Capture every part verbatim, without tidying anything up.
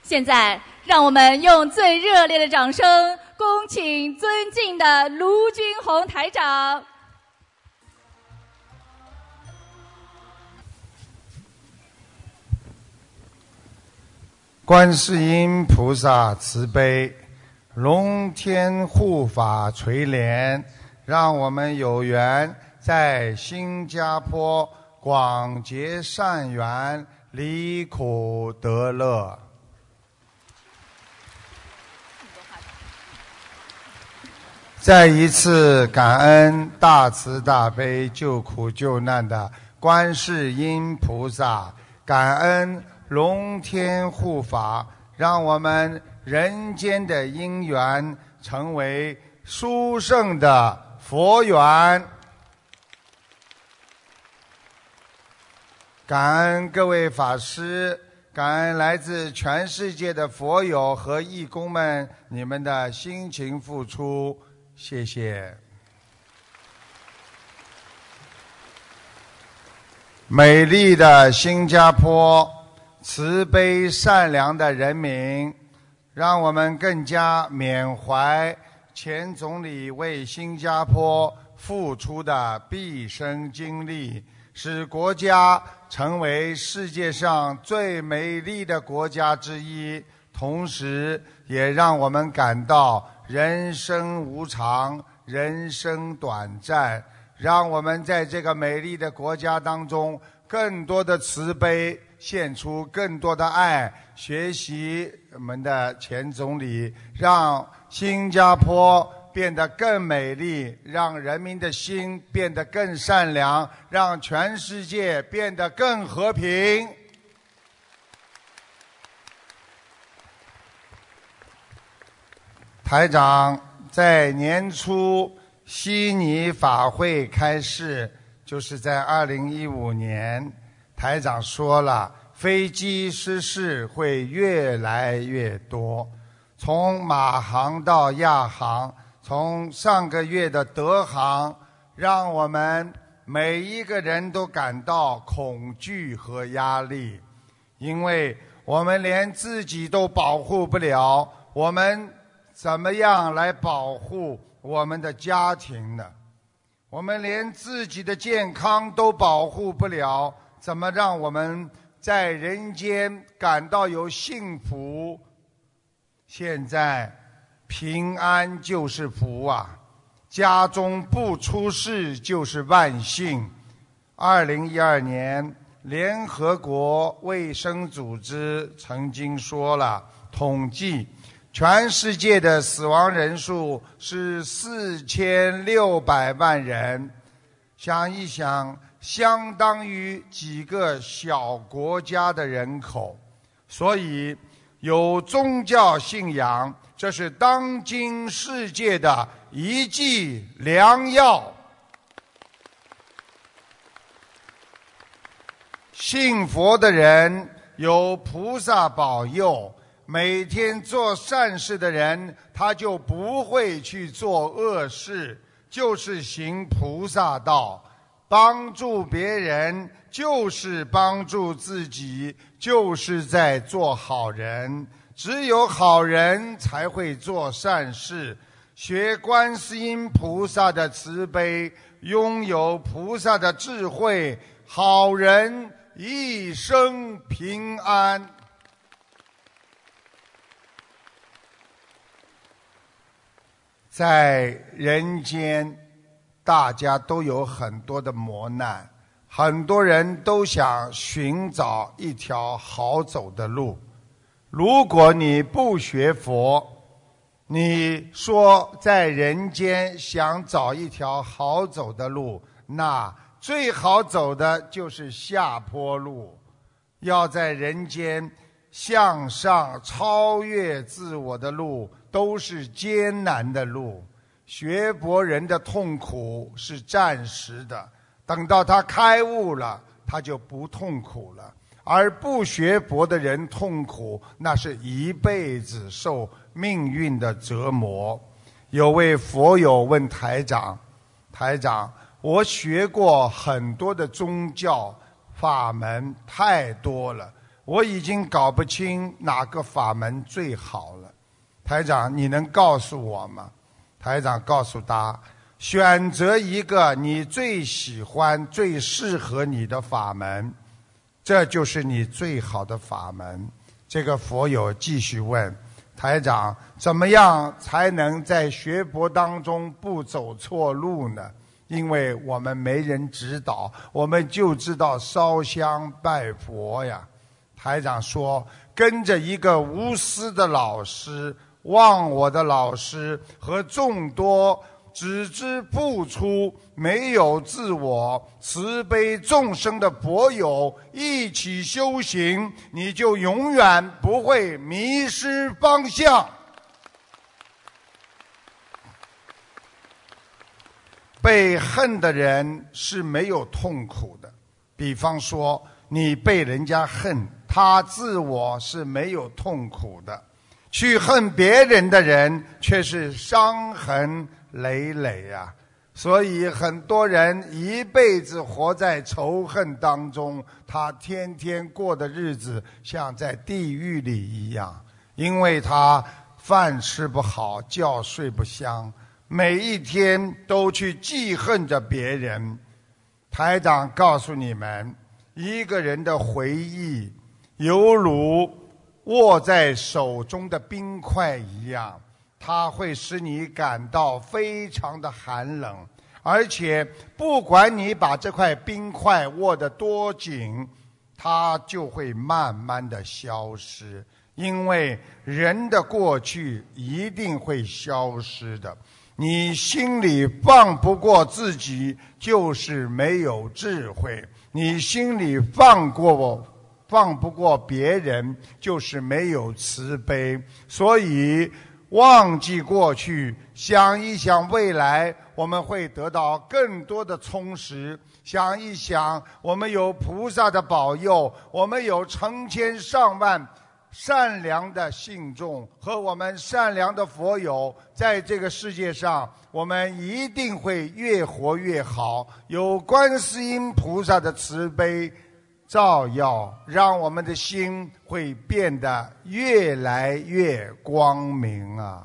现在，让我们用最热烈的掌声，恭请尊敬的卢军红台长。 观世音菩萨慈悲，龙天护法垂怜，让我们有缘在新加坡广结善缘，离苦得乐。再一次感恩大慈大悲救苦救难的观世音菩萨，感恩龙天护法，让我们人间的因缘成为殊胜的佛缘。感恩各位法师，感恩来自全世界的佛友和义工们，你们的辛勤付出，谢谢。美丽的新加坡，慈悲善良的人民，让我们更加缅怀前总理为新加坡付出的毕生精力，使国家成为世界上最美丽的国家之一，同时也让我们感到人生无常，人生短暂，让我们在这个美丽的国家当中更多的慈悲，献出更多的爱，学习我们的前总理，让新加坡变得更美丽，让人民的心变得更善良，让全世界变得更和平。台长在年初悉尼法会开示，就是在二零一五年，台长说了，飞机失事会越来越多，从马航到亚航，从上个月的德航，让我们每一个人都感到恐惧和压力，因为我们连自己都保护不了，我们怎么样来保护我们的家庭呢？我们连自己的健康都保护不了，怎么让我们在人间感到有幸福？现在平安就是福啊，家中不出事就是万幸。二零一二年，联合国卫生组织曾经说了，统计全世界的死亡人数是四千六百万人，想一想，相当于几个小国家的人口。所以，有宗教信仰，这是当今世界的一剂良药。信佛的人有菩萨保佑，每天做善事的人，他就不会去做恶事，就是行菩萨道。帮助别人就是帮助自己，就是在做好人。只有好人才会做善事，学观世音菩萨的慈悲，拥有菩萨的智慧，好人一生平安。在人间，大家都有很多的磨难，很多人都想寻找一条好走的路。如果你不学佛，你说在人间想找一条好走的路，那最好走的就是下坡路。要在人间向上超越自我的路，都是艰难的路。学佛人的痛苦是暂时的，等到他开悟了，他就不痛苦了。而不学佛的人痛苦，那是一辈子受命运的折磨。有位佛友问台长，台长，我学过很多的宗教法门，太多了， 我已经搞不清哪个法门最好了。台长，你能告诉我吗？台长告诉他，选择一个你最喜欢、最适合你的法门，这就是你最好的法门。这个佛友继续问台长，怎么样才能在学佛当中不走错路呢？因为我们没人指导，我们就知道烧香拜佛呀。台长说，跟着一个无私的老师，忘我的老师和众多只知付出没有自我慈悲众生的佛友一起修行，你就永远不会迷失方向。被恨的人是没有痛苦的，比方说你被人家恨，他自我是没有痛苦的，去恨别人的人却是伤痕累累啊。所以很多人一辈子活在仇恨当中，他天天过的日子像在地狱里一样，因为他饭吃不好，觉睡不香，每一天都去记恨着别人。台长告诉你们，一个人的回忆犹如握在手中的冰块一样，它会使你感到非常的寒冷，而且不管你把这块冰块握得多紧，它就会慢慢的消失，因为人的过去一定会消失的。你心里放不过自己，就是没有智慧；你心里放过放不过别人，就是没有慈悲。所以忘记过去，想一想未来，我们会得到更多的充实。想一想，我们有菩萨的保佑，我们有成千上万善良的信众和我们善良的佛友，在这个世界上，我们一定会越活越好。有观世音菩萨的慈悲照耀，让我们的心会变得越来越光明啊！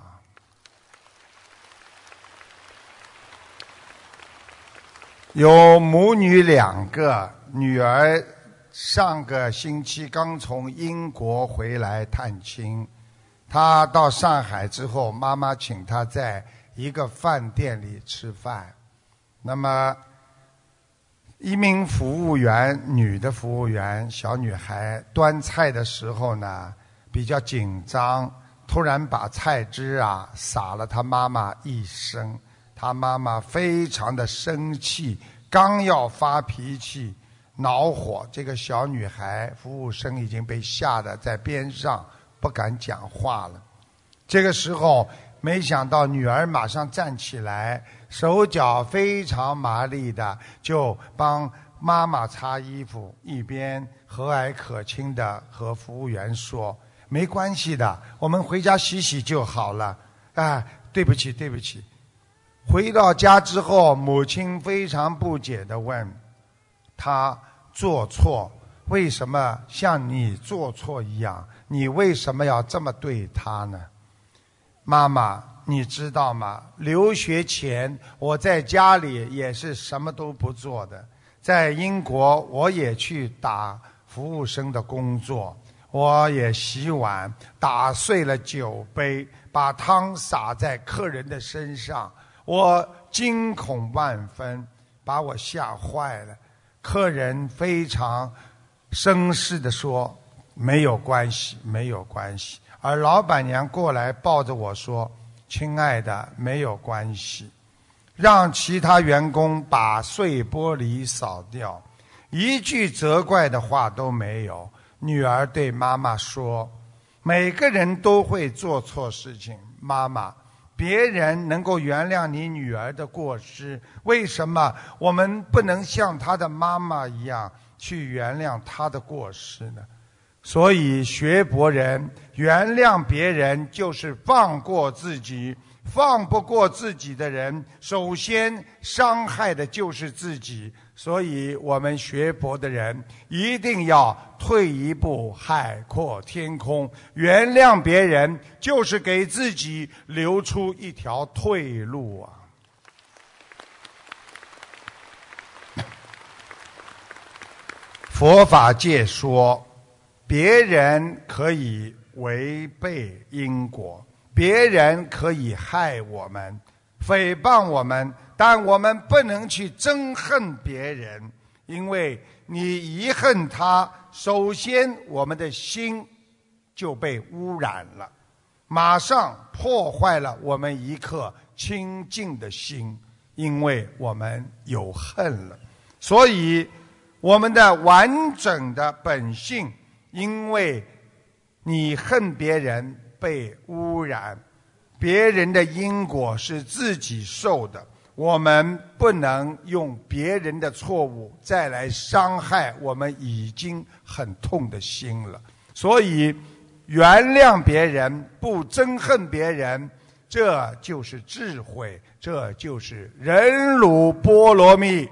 有母女两个，女儿上个星期刚从英国回来探亲，她到上海之后，妈妈请她在一个饭店里吃饭。那么一名服务员，女的服务员，小女孩端菜的时候呢比较紧张，突然把菜汁啊洒了她妈妈一身，她妈妈非常的生气，刚要发脾气恼火，这个小女孩服务生已经被吓得在边上不敢讲话了。这个时候没想到女儿马上站起来，手脚非常麻利的就帮妈妈擦衣服，一边和蔼可亲的和服务员说，没关系的，我们回家洗洗就好了。啊，对不起对不起。回到家之后，母亲非常不解地问她做错，为什么像你做错一样？你为什么要这么对她呢？妈妈，你知道吗？留学前我在家里也是什么都不做的，在英国我也去打服务生的工作，我也洗碗，打碎了酒杯，把汤洒在客人的身上，我惊恐万分，把我吓坏了。客人非常绅士地说，没有关系没有关系。而老板娘过来抱着我说，亲爱的，没有关系。让其他员工把碎玻璃扫掉，一句责怪的话都没有。女儿对妈妈说，每个人都会做错事情，妈妈，别人能够原谅你女儿的过失，为什么我们不能像她的妈妈一样去原谅她的过失呢？所以学佛人原谅别人就是放过自己，放不过自己的人，首先伤害的就是自己。 所以我们学佛的人一定要退一步海阔天空，原谅别人就是给自己留出一条退路啊。佛法界说，别人可以违背因果，别人可以害我们、诽谤我们，但我们不能去憎恨别人，因为你疑恨他，首先我们的心就被污染了，马上破坏了我们一颗清净的心，因为我们有恨了。所以我们的完整的本性，因为你恨别人被污染，别人的因果是自己受的，我们不能用别人的错误再来伤害我们已经很痛的心了。所以原谅别人，不憎恨别人，这就是智慧，这就是忍辱波罗蜜。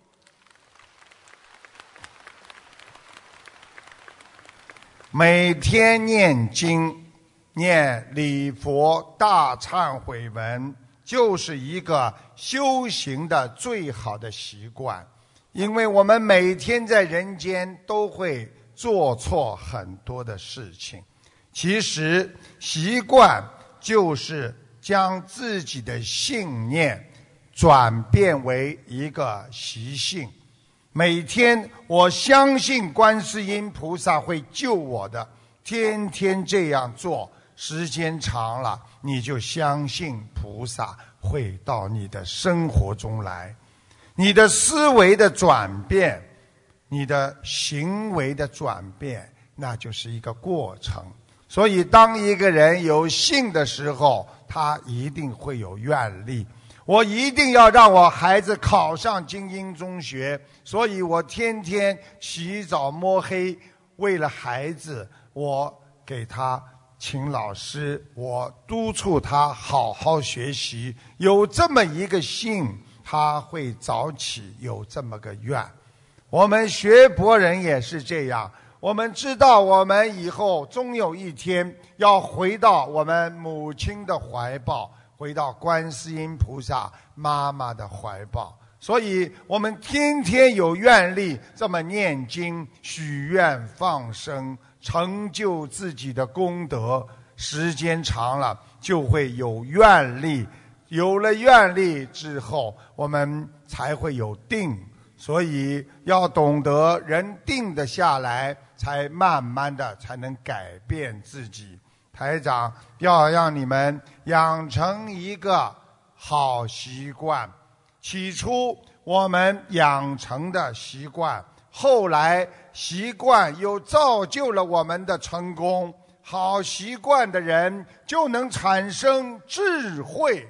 每天念经，念礼佛大忏悔文，就是一个修行的最好的习惯。因为我们每天在人间都会做错很多的事情，其实习惯就是将自己的信念转变为一个习性。每天我相信观世音菩萨会救我的，天天这样做，时间长了，你就相信菩萨会到你的生活中来。你的思维的转变，你的行为的转变，那就是一个过程。所以当一个人有信的时候，他一定会有愿力。我一定要让我孩子考上精英中学，所以我天天起早摸黑，为了孩子，我给他请老师，我督促他好好学习。有这么一个信，他会早起，有这么个愿。我们学佛人也是这样，我们知道我们以后终有一天要回到我们母亲的怀抱，回到观世音菩萨妈妈的怀抱，所以我们天天有愿力这么念经、许愿、放生，成就自己的功德。时间长了，就会有愿力，有了愿力之后，我们才会有定。所以要懂得人定得下来，才慢慢的才能改变自己。台长要让你们养成一个好习惯，起初我们养成的习惯，后来习惯又造就了我们的成功。好习惯的人就能产生智慧。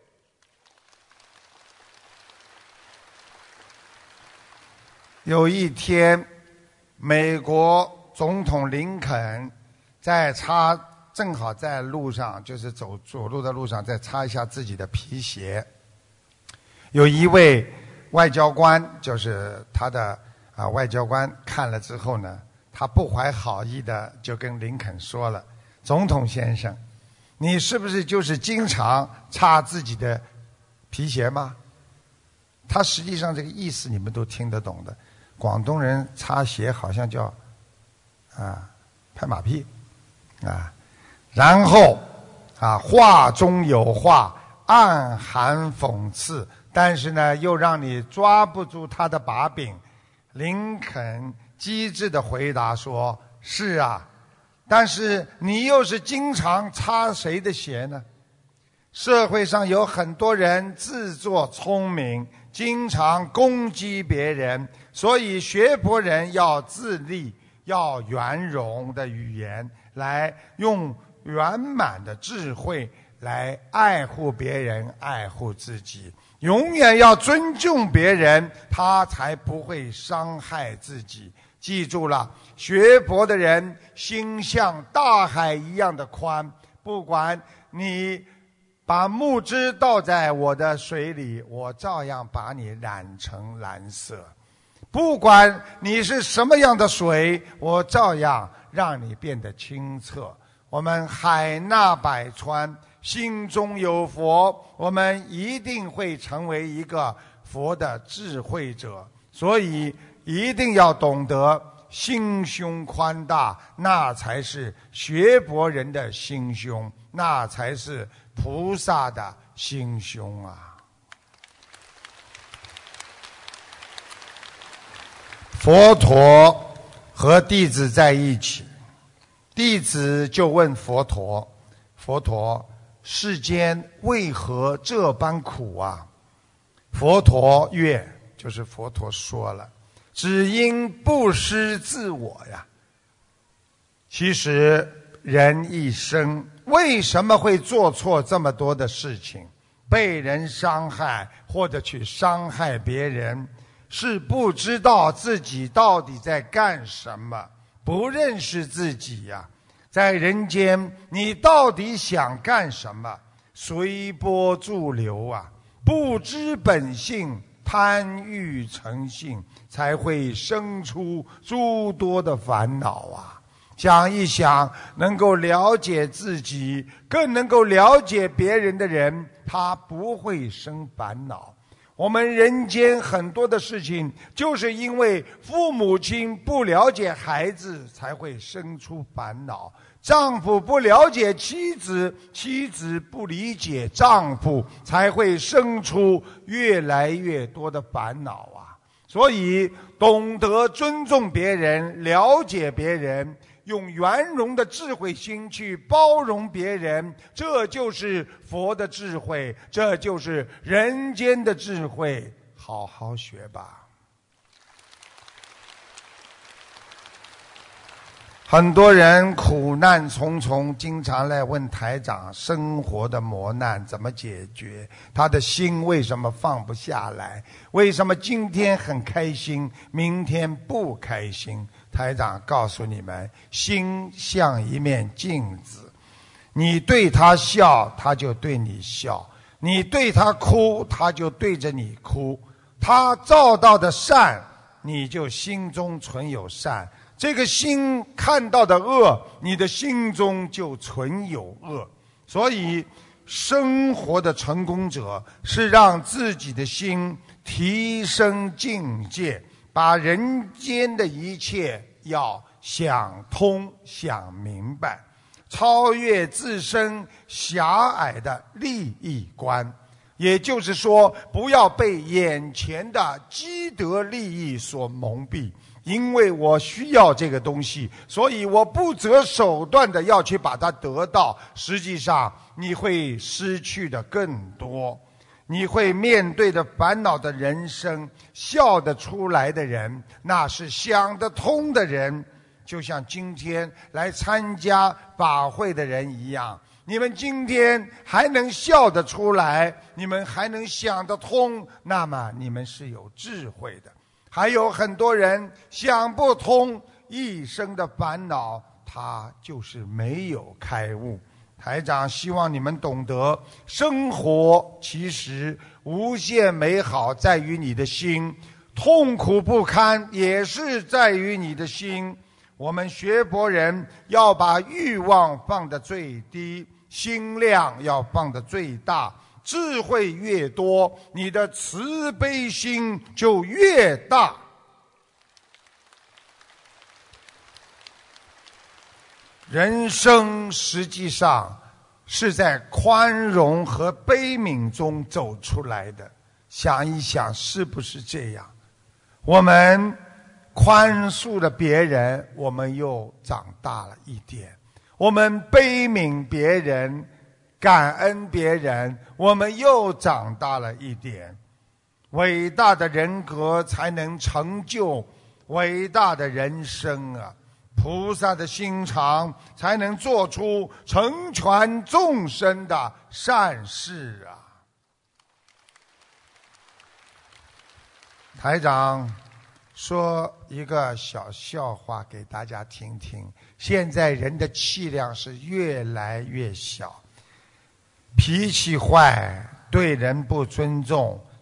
有一天，美国总统林肯在擦正好在路上，就是走走路的路上，再擦一下自己的皮鞋。有一位外交官，就是他的啊外交官看了之后呢，他不怀好意的就跟林肯说了：“总统先生，你是不是就是经常擦自己的皮鞋吗？”他实际上这个意思你们都听得懂的。广东人擦鞋好像叫啊拍马屁啊。然后啊，话中有话，暗含讽刺，但是呢，又让你抓不住他的把柄。林肯机智地回答说：“是啊，但是你又是经常擦谁的鞋呢？社会上有很多人自作聪明，经常攻击别人，所以学佛人要自立，要圆融的语言，来用圆满的智慧来爱护别人，爱护自己，永远要尊重别人，他才不会伤害自己。记住了，学佛的人心像大海一样的宽，不管你把木汁倒在我的水里，我照样把你染成蓝色。 不管你是什么样的水，我照样让你变得清澈。我们海纳百川，心中有佛，我们一定会成为一个佛的智慧者。所以一定要懂得心胸宽大，那才是学佛人的心胸，那才是菩萨的心胸啊！佛陀和弟子在一起，弟子就问佛陀：佛陀，世间为何这般苦啊？佛陀曰，就是佛陀说了，只因不失自我呀。其实人一生为什么会做错这么多的事情，被人伤害或者去伤害别人，是不知道自己到底在干什么，不认识自己呀。在人间你到底想干什么？随波逐流啊，不知本性，贪欲成性，才会生出诸多的烦恼啊！想一想，能够了解自己，更能够了解别人的人，他不会生烦恼。我们人间很多的事情，就是因为父母亲不了解孩子，才会生出烦恼。丈夫不了解妻子，妻子不理解丈夫，才会生出越来越多的烦恼啊！所以，懂得尊重别人，了解别人，用圆融的智慧心去包容别人，这就是佛的智慧，这就是人间的智慧。好好学吧。很多人苦难重重，经常来问台长生活的磨难怎么解决，他的心为什么放不下来，为什么今天很开心，明天不开心。台长告诉你们，心像一面镜子，你对他笑，他就对你笑；你对他哭，他就对着你哭。他照到的善，你就心中存有善。这个心看到的恶，你的心中就存有恶。所以生活的成功者是让自己的心提升境界，把人间的一切要想通想明白，超越自身狭隘的利益观。也就是说，不要被眼前的积德利益所蒙蔽，因为我需要这个东西，所以我不择手段的要去把它得到。实际上你会失去的更多，你会面对的烦恼的人生。笑得出来的人，那是想得通的人，就像今天来参加法会的人一样，你们今天还能笑得出来，你们还能想得通，那么你们是有智慧的。还有很多人想不通，一生的烦恼，他就是没有开悟。台长希望你们懂得，生活其实无限美好在于你的心，痛苦不堪也是在于你的心。我们学佛人要把欲望放得最低，心量要放得最大，智慧越多，你的慈悲心就越大。人生实际上是在宽容和悲悯中走出来的，想一想是不是这样？我们宽恕了别人，我们又长大了一点；我们悲悯别人，感恩别人，我们又长大了一点。伟大的人格才能成就伟大的人生啊！菩萨的心肠才能做出成全众生的善事啊！台长说一个小笑话给大家听听。现在人的气量是越来越小，脾气坏，对人不尊重，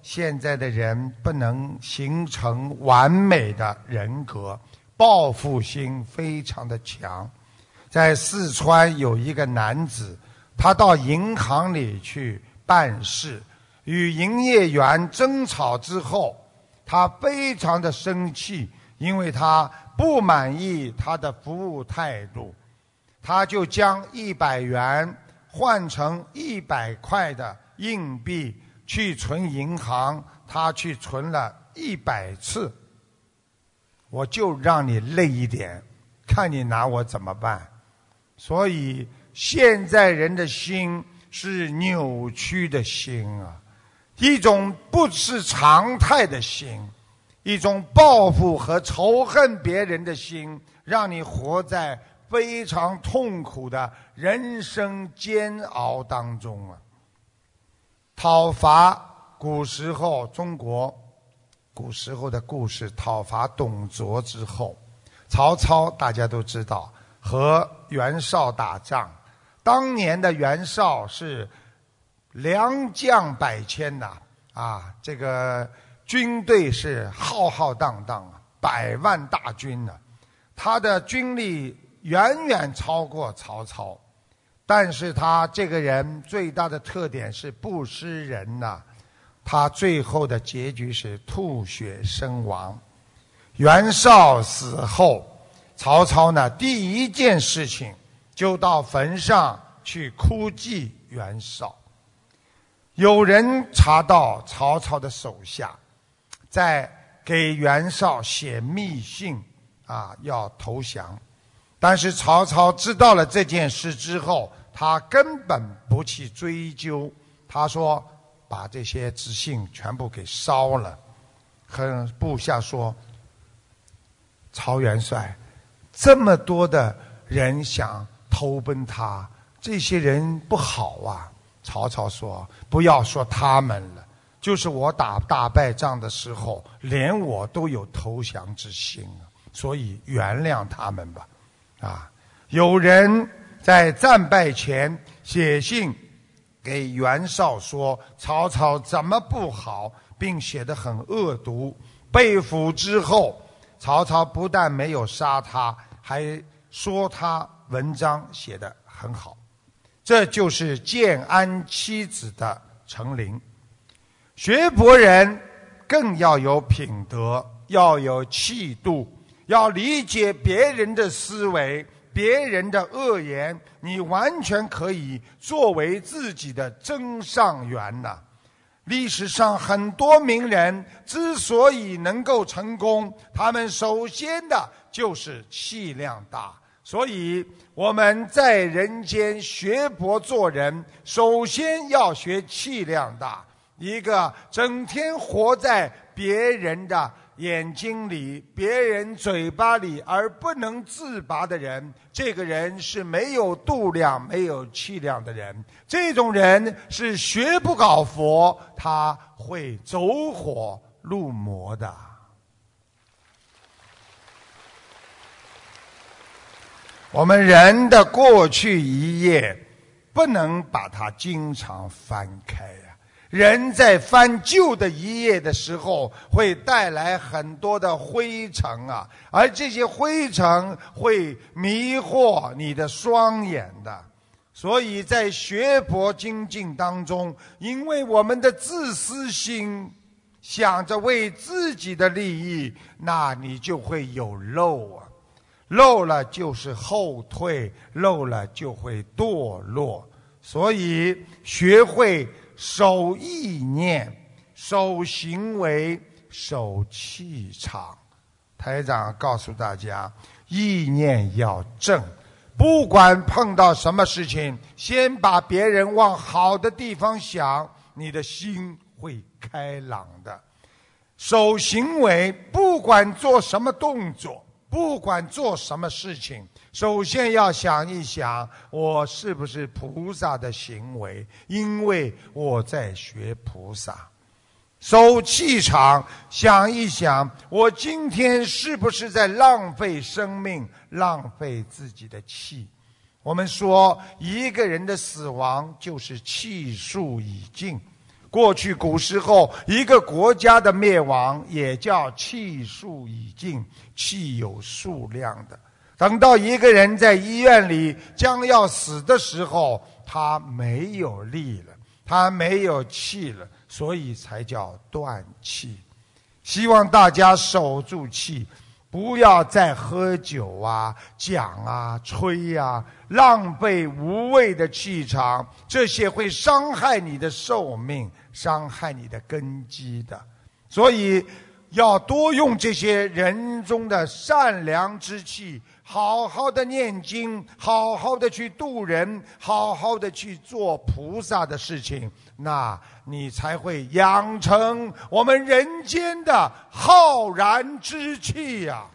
现在的人不能形成完美的人格，报复心非常的强。在四川有一个男子，他到银行里去办事，与营业员争吵之后，他非常的生气，因为他不满意他的服务态度，他就将一百元换成一百块的硬币去存银行，他去存了一百次。我就让你累一点，看你拿我怎么办。所以现在人的心是扭曲的心啊，一种不是常态的心，一种报复和仇恨别人的心，让你活在非常痛苦的人生煎熬当中啊。讨伐，古时候中国古时候的故事，讨伐董卓之后，曹操大家都知道和袁绍打仗，当年的袁绍是良将百千呐，啊，这个军队是浩浩荡荡啊，百万大军呢，他的军力远远超过曹操，但是他这个人最大的特点是不识人呐，他最后的结局是吐血身亡。袁绍死后，曹操呢第一件事情就到坟上去哭祭袁绍。有人查到曹操的手下在给袁绍写密信啊，要投降，但是曹操知道了这件事之后，他根本不去追究，他说把这些纸信全部给烧了，和部下说，曹元帅，这么多的人想投奔他，这些人不好啊。曹操说，不要说他们了，就是我打大败仗的时候，连我都有投降之心啊，所以原谅他们吧。啊，有人在战败前写信给袁绍说曹操怎么不好，并写得很恶毒。被俘之后，曹操不但没有杀他，还说他文章写得很好。这就是建安七子的成灵。学佛人更要有品德，要有气度，要理解别人的思维，别人的恶言，你完全可以作为自己的增上缘呐。历史上很多名人之所以能够成功，他们首先的就是气量大。所以我们在人间学佛做人，首先要学气量大。一个整天活在别人的眼睛里，别人嘴巴里而不能自拔的人，这个人是没有度量没有气量的人。这种人是学不搞佛，他会走火入魔的。我们人的过去一页不能把它经常翻开呀、啊。人在翻旧的一页的时候，会带来很多的灰尘啊，而这些灰尘会迷惑你的双眼的。所以在学佛精进当中，因为我们的自私心，想着为自己的利益，那你就会有漏啊。漏了就是后退，漏了就会堕落。所以学会守意念，守行为，守气场。台长告诉大家，意念要正，不管碰到什么事情，先把别人往好的地方想，你的心会开朗的。守行为，不管做什么动作，不管做什么事情，首先要想一想，我是不是菩萨的行为，因为我在学菩萨。守气场，想一想，我今天是不是在浪费生命，浪费自己的气。我们说一个人的死亡就是气数已尽， 过去古时候，一个国家的灭亡也叫气数已尽，气有数量的。等到一个人在医院里将要死的时候，他没有力了，他没有气了，所以才叫断气。希望大家守住气，不要再喝酒啊、讲啊、吹啊，浪费无谓的气场，这些会伤害你的寿命，伤害你的根基的。所以要多用这些人中的善良之气，好好的念经，好好的去度人，好好的去做菩萨的事情，那你才会养成我们人间的浩然之气呀、啊。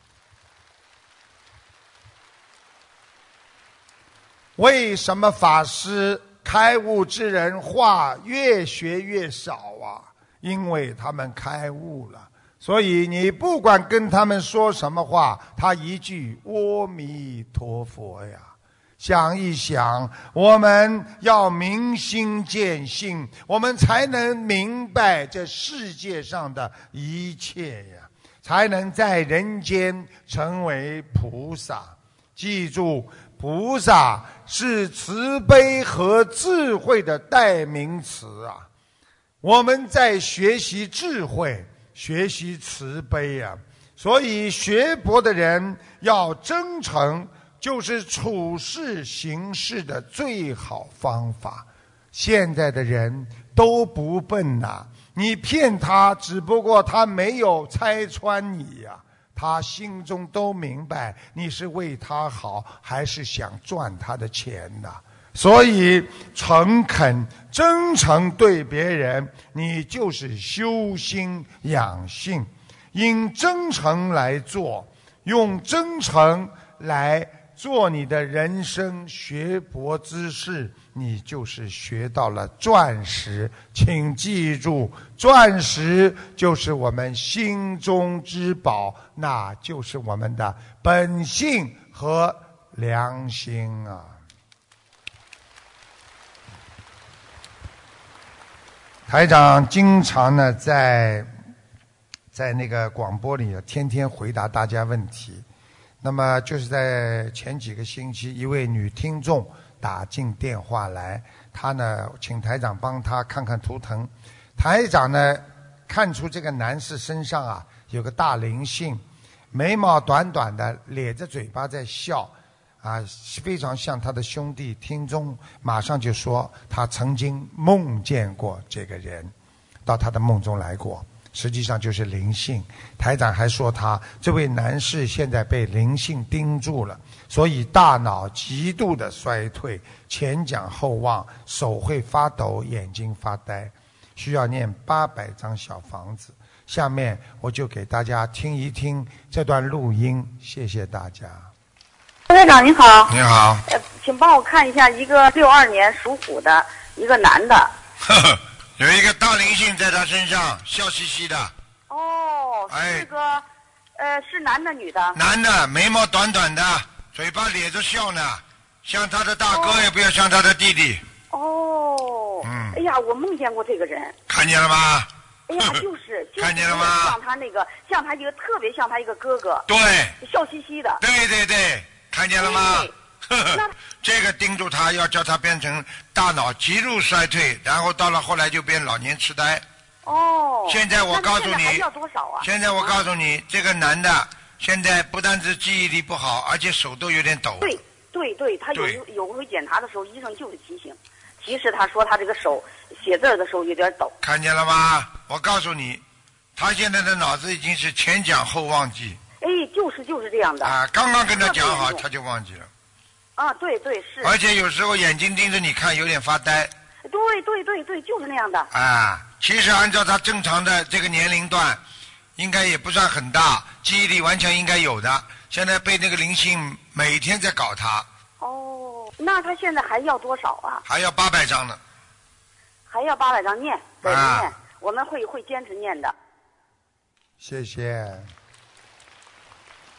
为什么法师开悟之人话越学越少啊？因为他们开悟了。所以你不管跟他们说什么话，他一句阿弥陀佛呀。想一想，我们要明心见性，我们才能明白这世界上的一切呀，才能在人间成为菩萨。记住，菩萨是慈悲和智慧的代名词啊！我们在学习智慧，学习慈悲啊！所以学佛的人要真诚，就是处事行事的最好方法。现在的人都不笨呐、啊，你骗他，只不过他没有拆穿你呀、啊。他心中都明白你是为他好，还是想赚他的钱呢？所以诚恳真诚对别人，你就是修心养性，因真诚来做，用真诚来做你的人生学佛之事，你就是学到了钻石。请记住，钻石就是我们心中之宝，那就是我们的本性和良心啊。台长经常呢在在那个广播里天天回答大家问题。那么就是在前几个星期，一位女听众打进电话来，她呢请台长帮她看看图腾。台长呢看出这个男士身上啊有个大灵性，眉毛短短的，咧着嘴巴在笑，啊，非常像他的兄弟。听众马上就说他曾经梦见过这个人，到他的梦中来过，实际上就是灵性。台长还说他这位男士现在被灵性盯住了，所以大脑极度的衰退，前讲后忘，手会发抖，眼睛发呆，需要念八百张小房子。下面我就给大家听一听这段录音，谢谢大家。 台长你好。 你好。 呃，请帮我看一下一个六二年属虎的一个男的。 呵呵，有一个大灵性在他身上，笑嘻嘻的。 哦， 哎， 是个，呃，是男的女的？ 男的，眉毛短短的，嘴巴咧着笑呢，像他的大哥、哦、也不要像他的弟弟。 哦。嗯。哎呀，我梦见过这个人。 看见了吗？ 哎呀，就是就是看见了吗？ 像他那个，像他一个特别像他一个哥哥。 对。 笑嘻嘻的。 对对对，看见了吗？那这个盯住他，要叫他变成大脑极度衰退，然后到了后来就变老年痴呆。 哦。 现在我告诉你， 现在要多少啊？ 现在我告诉你，啊、这个男的现在不单是记忆力不好，而且手都有点抖。 对对对，他有有回检查的时候，医生就是提醒，提示他说他这个手写字的时候有点抖。 看见了吗？我告诉你，他现在的脑子已经是前讲后忘记。 哎，就是就是这样的。 啊，刚刚跟他讲好，他就忘记了。 啊，对对是。 而且有时候眼睛盯着你看，有点发呆。 对对对对，就是那样的。 啊，其实按照他正常的这个年龄段，应该也不算很大，记忆力完全应该有的。现在被那个灵性每天在搞他。 哦，那他现在还要多少啊？ 还要八百张呢。 还要八百张念，对、 啊、 念，我们会会坚持念的。 谢谢。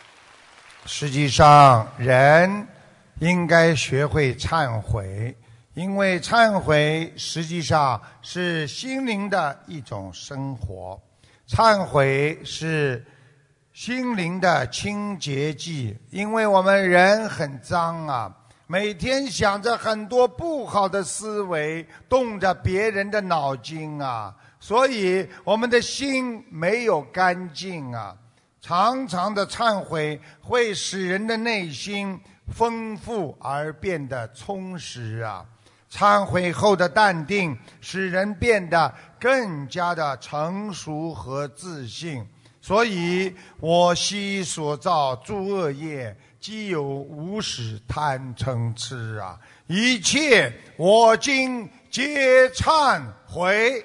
实际上，人应该学会忏悔， 因为忏悔实际上是心灵的一种生活，忏悔是心灵的清洁剂。因为我们人很脏啊，每天想着很多不好的思维，动着别人的脑筋啊，所以我们的心没有干净啊。常常的忏悔会使人的内心丰富而变得充实啊。忏悔后的淡定使人变得更加的成熟和自信。所以我昔所造诸恶业，既有无始贪嗔痴啊，一切我今皆忏悔。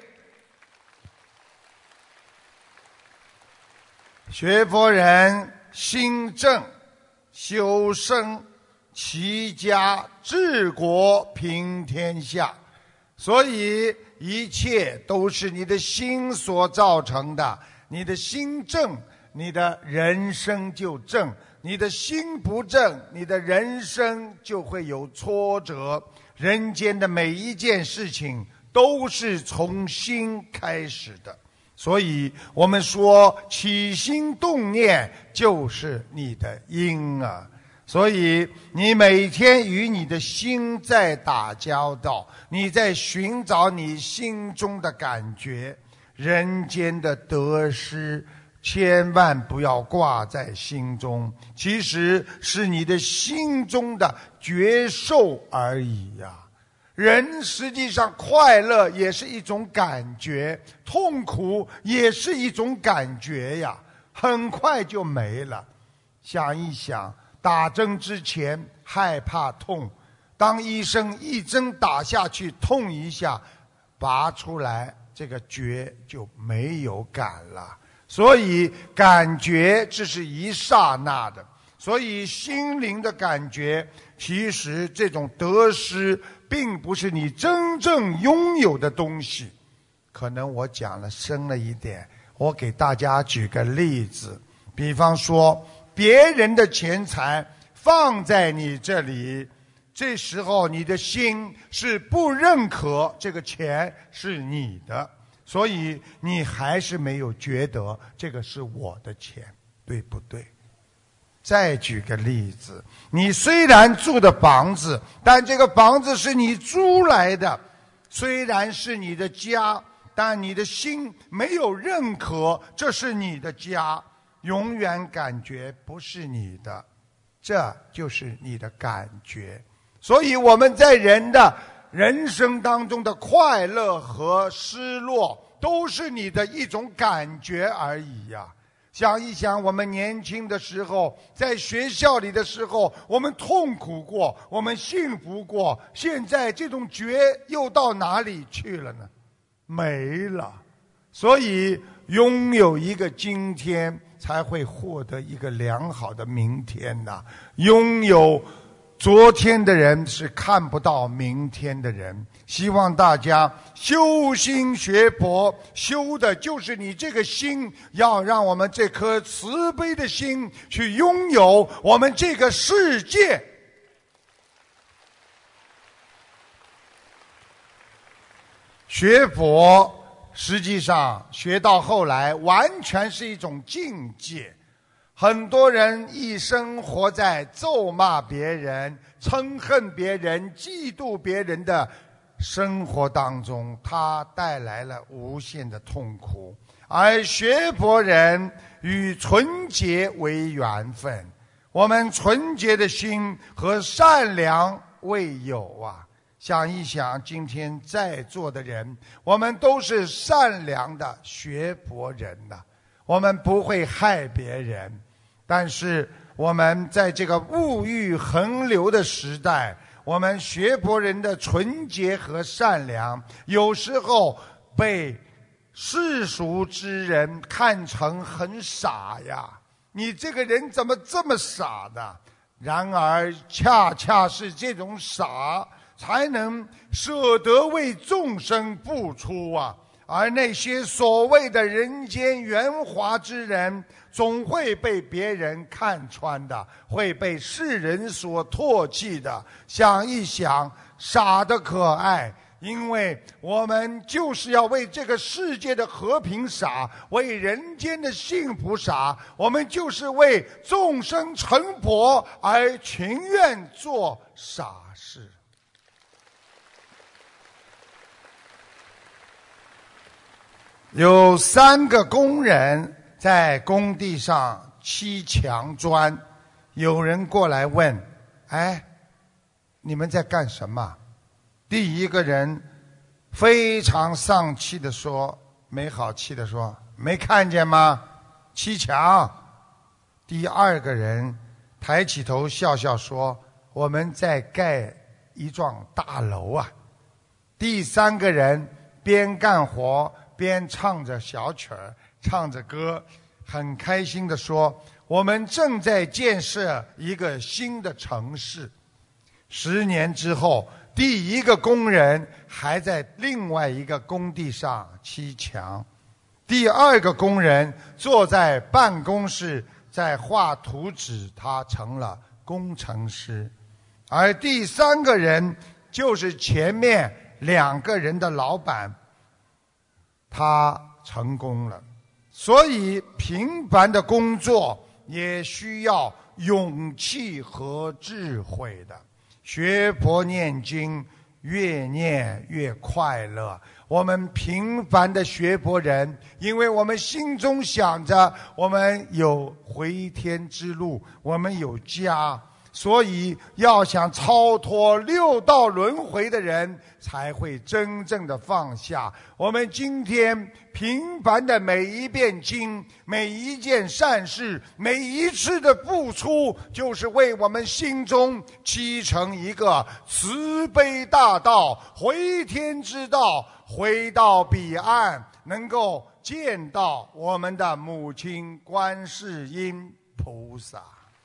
学佛人心正，修身齐家治国平天下，所以一切都是你的心所造成的。你的心正，你的人生就正；你的心不正，你的人生就会有挫折。人间的每一件事情都是从心开始的，所以我们说起心动念就是你的因啊。所以你每天与你的心在打交道，你在寻找你心中的感觉。人间的得失千万不要挂在心中，其实是你的心中的觉受而已呀、啊。人实际上快乐也是一种感觉，痛苦也是一种感觉呀，很快就没了。想一想，打针之前害怕痛，当医生一针打下去痛一下，拔出来这个觉就没有感了。所以感觉只是一刹那的，所以心灵的感觉，其实这种得失并不是你真正拥有的东西。可能我讲了深了一点，我给大家举个例子，比方说别人的钱财放在你这里，这时候你的心是不认可这个钱是你的，所以你还是没有觉得这个是我的钱，对不对？再举个例子，你虽然住的房子，但这个房子是你租来的，虽然是你的家，但你的心没有认可这是你的家，永远感觉不是你的，这就是你的感觉。所以我们在人的人生当中的快乐和失落，都是你的一种感觉而已呀、啊。想一想，我们年轻的时候，在学校里的时候，我们痛苦过，我们幸福过，现在这种觉又到哪里去了呢？没了。所以拥有一个今天，才会获得一个良好的明天呐。拥有昨天的人是看不到明天的人。希望大家修心学佛，修的就是你这个心，要让我们这颗慈悲的心去拥有我们这个世界。学佛实际上学到后来完全是一种境界。很多人一生活在咒骂别人、憎恨别人、嫉妒别人的生活当中，它带来了无限的痛苦。而学佛人与纯洁为缘分，我们纯洁的心和善良未有啊。想一想，今天在座的人，我们都是善良的学佛人呐、啊，我们不会害别人。但是我们在这个物欲横流的时代，我们学佛人的纯洁和善良，有时候被世俗之人看成很傻呀。你这个人怎么这么傻呢？然而恰恰是这种傻，才能舍得为众生付出啊。 而那些所谓的人间圆滑之人，总会被别人看穿的，会被世人所唾弃的。想一想，傻得可爱，因为我们就是要为这个世界的和平傻，为人间的幸福傻，我们就是为众生成佛而情愿做傻事。有三个工人在工地上砌墙砖，有人过来问：哎，你们在干什么？第一个人非常丧气地说，没好气地说，没看见吗？砌墙。第二个人抬起头笑笑说，我们在盖一幢大楼啊。第三个人边干活边唱着小曲儿，唱着歌，很开心地说，我们正在建设一个新的城市。十年之后，第一个工人还在另外一个工地上砌墙，第二个工人坐在办公室在画图纸，他成了工程师。而第三个人就是前面两个人的老板，他成功了。所以平凡的工作也需要勇气和智慧的。学佛念经，越念越快乐。我们平凡的学佛人，因为我们心中想着我们有回天之路，我们有家，所以要想超脱六道轮回的人才会真正的放下。我们今天平凡的每一遍经，每一件善事，每一次的付出，就是为我们心中砌成一个慈悲大道，回天之道，回到彼岸，能够见到我们的母亲观世音菩萨。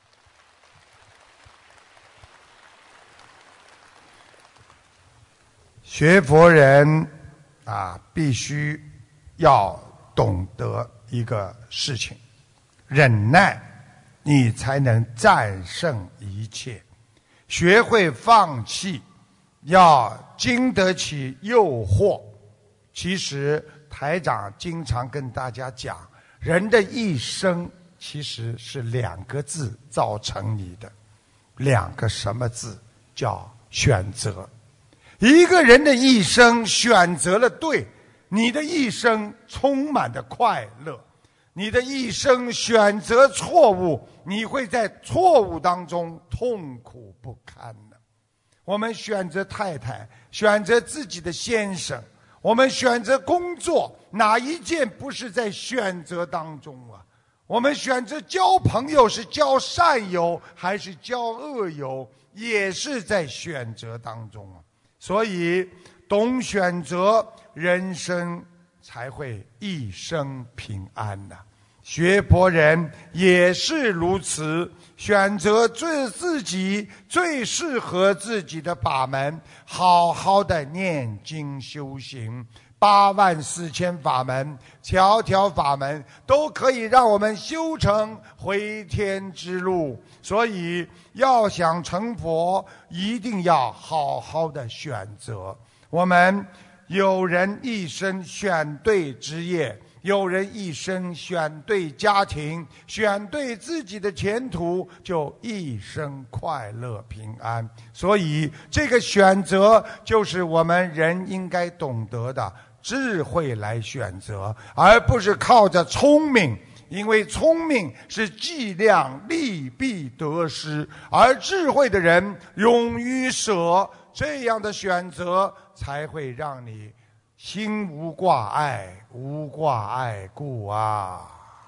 学佛人啊，必须要懂得一个事情，忍耐，你才能战胜一切。学会放弃，要经得起诱惑。其实台长经常跟大家讲，人的一生其实是两个字造成你的，两个什么字？叫选择。一个人的一生选择了对，你的一生充满着快乐。你的一生选择错误，你会在错误当中痛苦不堪的。我们选择太太，选择自己的先生，我们选择工作，哪一件不是在选择当中啊？我们选择交朋友，是交善友还是交恶友，也是在选择当中啊。所以懂选择，人生才会一生平安呐、啊。学佛人也是如此，选择最自己最适合自己的法门，好好的念经修行。八万四千法门，条条法门都可以让我们修成回天之路。所以要想成佛，一定要好好的选择。我们有人一生选对职业，有人一生选对家庭，选对自己的前途，就一生快乐平安。所以这个选择就是我们人应该懂得的智慧来选择，而不是靠着聪明，因为聪明是计量利弊得失，而智慧的人勇于舍，这样的选择才会让你心无挂碍，无挂碍故啊。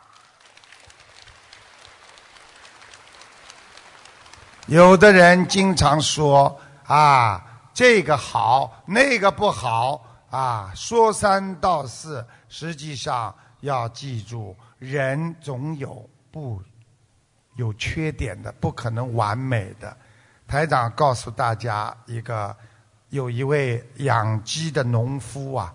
有的人经常说啊，这个好，那个不好啊，说三道四。实际上要记住，人总有不有缺点的，不可能完美的。台长告诉大家一个，有一位养鸡的农夫啊，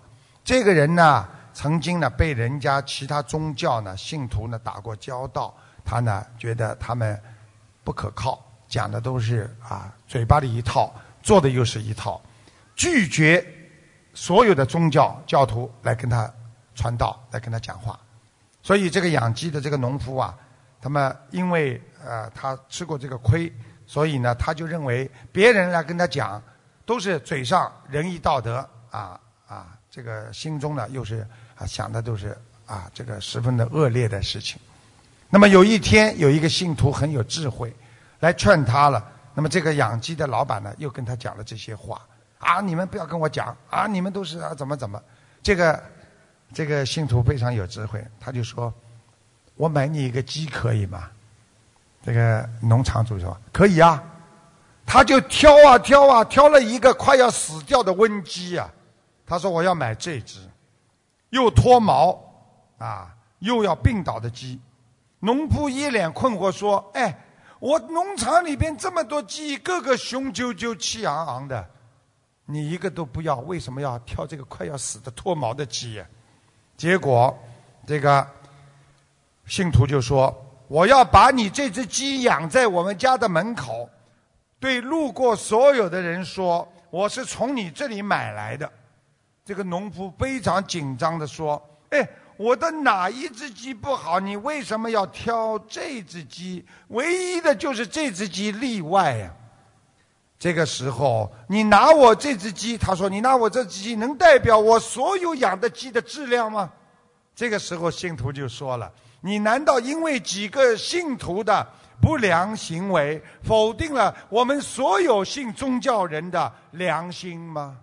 这个人呢，曾经呢被人家其他宗教呢信徒呢打过交道，他呢觉得他们不可靠，讲的都是啊嘴巴里一套，做的又是一套，拒绝所有的宗教教徒来跟他传道，来跟他讲话。所以这个养鸡的这个农夫啊，他们因为呃他吃过这个亏，所以呢他就认为别人来跟他讲都是嘴上仁义道德啊啊，这个心中呢又是啊想的都是啊这个十分的恶劣的事情。那么有一天有一个信徒很有智慧来劝他了，那么这个养鸡的老板呢又跟他讲了这些话啊，你们不要跟我讲啊，你们都是啊怎么怎么。这个这个信徒非常有智慧，他就说，我买你一个鸡可以吗？这个农场主说可以啊。他就挑啊挑啊挑了一个快要死掉的瘟鸡啊，他说我要买这只，又脱毛啊又要病倒的鸡。农夫一脸困惑说，哎，我农场里边这么多鸡，个个雄赳赳气昂昂的，你一个都不要，为什么要挑这个快要死的脱毛的鸡呀？结果这个信徒就说，我要把你这只鸡养在我们家的门口，对路过所有的人说，我是从你这里买来的。这个农夫非常紧张地说，哎，我的哪一只鸡不好？你为什么要挑这只鸡？唯一的就是这只鸡例外呀。这个时候你拿我这只鸡，他说你拿我这只鸡能代表我所有养的鸡的质量吗？这个时候信徒就说了，你难道因为几个信徒的不良行为否定了我们所有信宗教人的良心吗？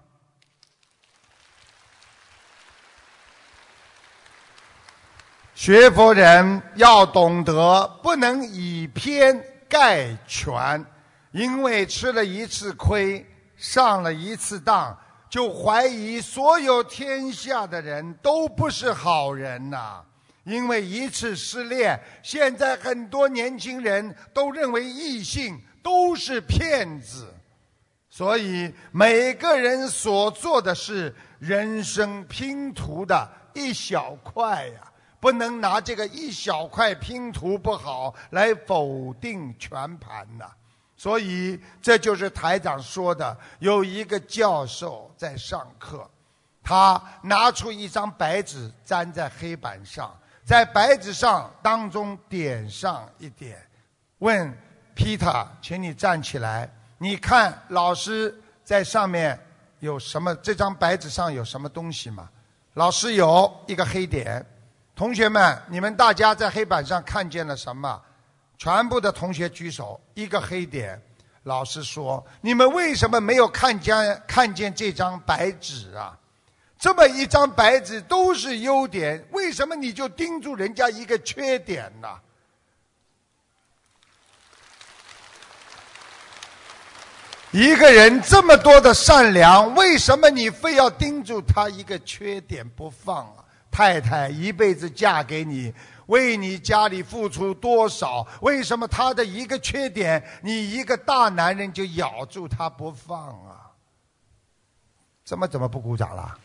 学佛人要懂得不能以偏概全，因为吃了一次亏，上了一次当，就怀疑所有天下的人都不是好人呐、啊。因为一次失恋，现在很多年轻人都认为异性都是骗子，所以每个人所做的是人生拼图的一小块呀、啊，不能拿这个一小块拼图不好来否定全盘呐、啊。所以这就是台长说的，有一个教授在上课，他拿出一张白纸粘在黑板上，在白纸上当中点上一点，问 Peter， 请你站起来，你看老师在上面有什么？这张白纸上有什么东西吗？老师有一个黑点。同学们，你们大家在黑板上看见了什么？全部的同学举手，一个黑点。老师说，你们为什么没有看见看见这张白纸啊？这么一张白纸都是优点，为什么你就盯住人家一个缺点呢？一个人这么多的善良，为什么你非要盯住他一个缺点不放啊？太太一辈子嫁给你，为你家里付出多少？为什么他的一个缺点，你一个大男人就咬住他不放啊？这么怎么不鼓掌了？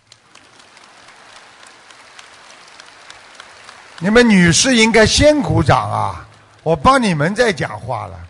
你们女士应该先鼓掌啊！我帮你们在讲话了。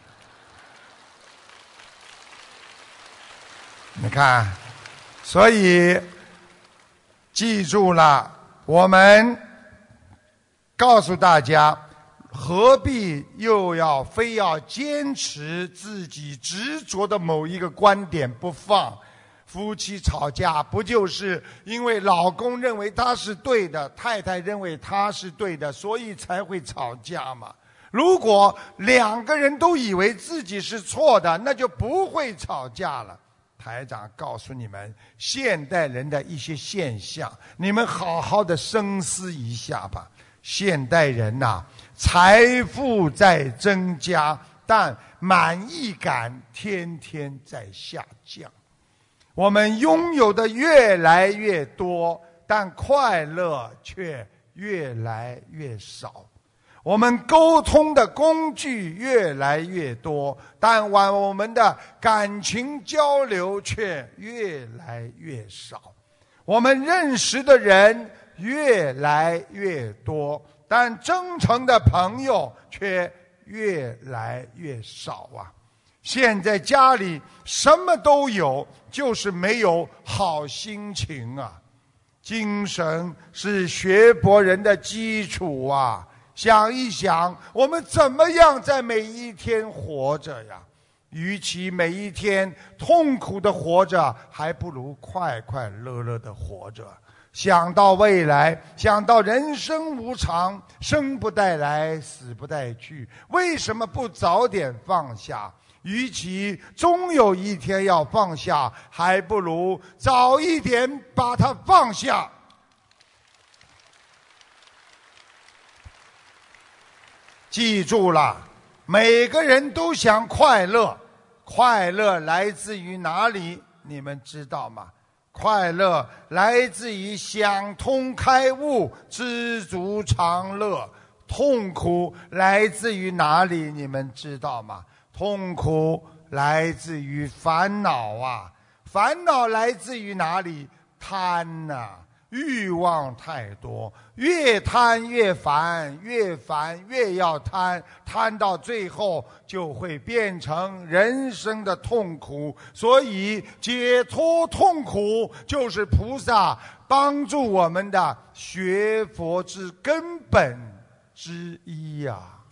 你看，所以记住了，我们告诉大家，何必又要非要坚持自己执着的某一个观点不放？夫妻吵架不就是因为老公认为他是对的，太太认为他是对的，所以才会吵架吗？如果两个人都以为自己是错的，那就不会吵架了。台长告诉你们现代人的一些现象，你们好好的深思一下吧。现代人呐、啊，财富在增加，但满意感天天在下降。我们拥有的越来越多，但快乐却越来越少。我们沟通的工具越来越多，但我们的感情交流却越来越少。 我们认识的人越来越多，但真诚的朋友却越来越少啊！现在家里什么都有，就是没有好心情啊！精神是学佛人的基础啊！想一想，我们怎么样在每一天活着呀？与其每一天痛苦的活着，还不如快快乐乐的活着。想到未来，想到人生无常，生不带来，死不带去，为什么不早点放下？与其终有一天要放下，还不如早一点把它放下。记住了，每个人都想快乐，快乐来自于哪里？你们知道吗？快乐来自于想通开悟，知足常乐。痛苦来自于哪里？你们知道吗？痛苦来自于烦恼啊！烦恼来自于哪里？贪呐、啊！欲望太多，越贪越烦，越烦越要贪，贪到最后就会变成人生的痛苦。所以解脱痛苦就是菩萨帮助我们的学佛之根本之一呀、啊。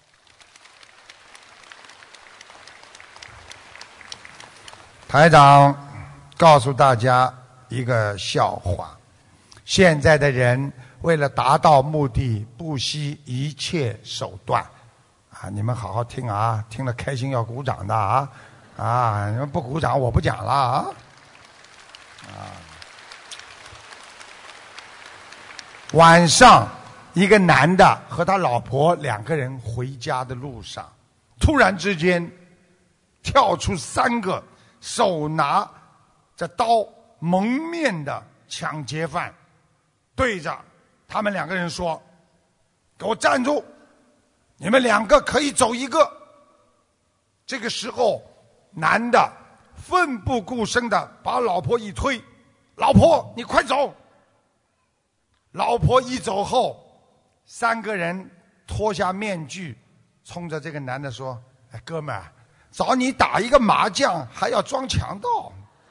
台长告诉大家一个笑话。现在的人为了达到目的，不惜一切手段，啊！你们好好听啊，听了开心要鼓掌的啊！啊，你们不鼓掌我不讲了啊！啊！晚上，一个男的和他老婆两个人回家的路上，突然之间跳出三个手拿着刀蒙面的抢劫犯。对着他们两个人说：“给我站住！你们两个可以走一个。”这个时候，男的奋不顾身的把老婆一推：“老婆，你快走！”老婆一走后，三个人脱下面具，冲着这个男的说：“哎，哥们儿，找你打一个麻将还要装强盗。”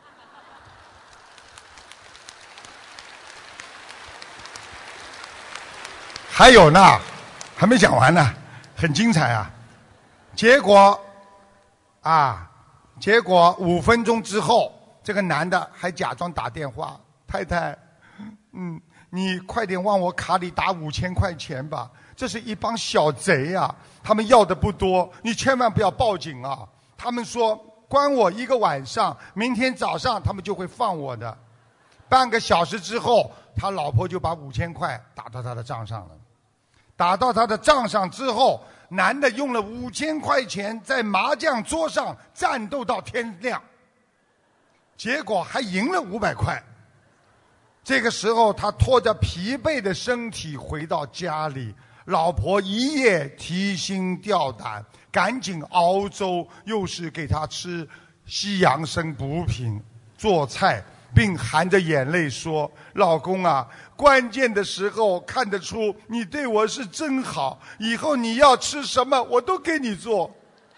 还有呢，还没讲完呢，很精彩啊！结果，啊，结果五分钟之后，这个男的还假装打电话：“太太，嗯，你快点往我卡里打五千块钱吧，这是一帮小贼啊，他们要的不多，你千万不要报警啊！他们说关我一个晚上，明天早上他们就会放我的。”半个小时之后，他老婆就把五千块打到他的账上了。打到他的账上之后，男的用了五千块钱在麻将桌上战斗到天亮，结果还赢了五百块。这个时候，他拖着疲惫的身体回到家里，老婆一夜提心吊胆，赶紧熬粥，又是给他吃西洋参补品，做菜。并含着眼泪说：“老公啊，关键的时候看得出你对我是真好，以后你要吃什么我都给你做。”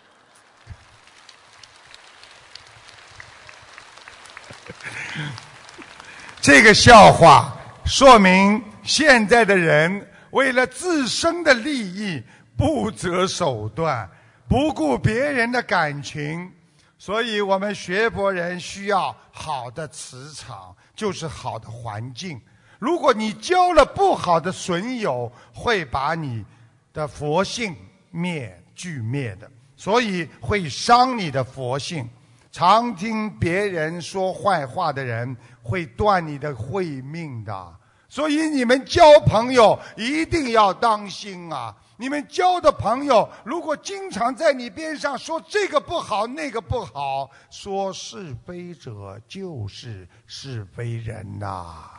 这个笑话说明现在的人为了自身的利益不择手段，不顾别人的感情。所以我们学佛人需要好的磁场，就是好的环境。如果你交了不好的损友，会把你的佛性灭俱灭的，所以会伤你的佛性。常听别人说坏话的人，会断你的慧命的。所以你们交朋友一定要当心啊！你们交的朋友，如果经常在你边上说这个不好那个不好，说是非者就是是非人呐、啊。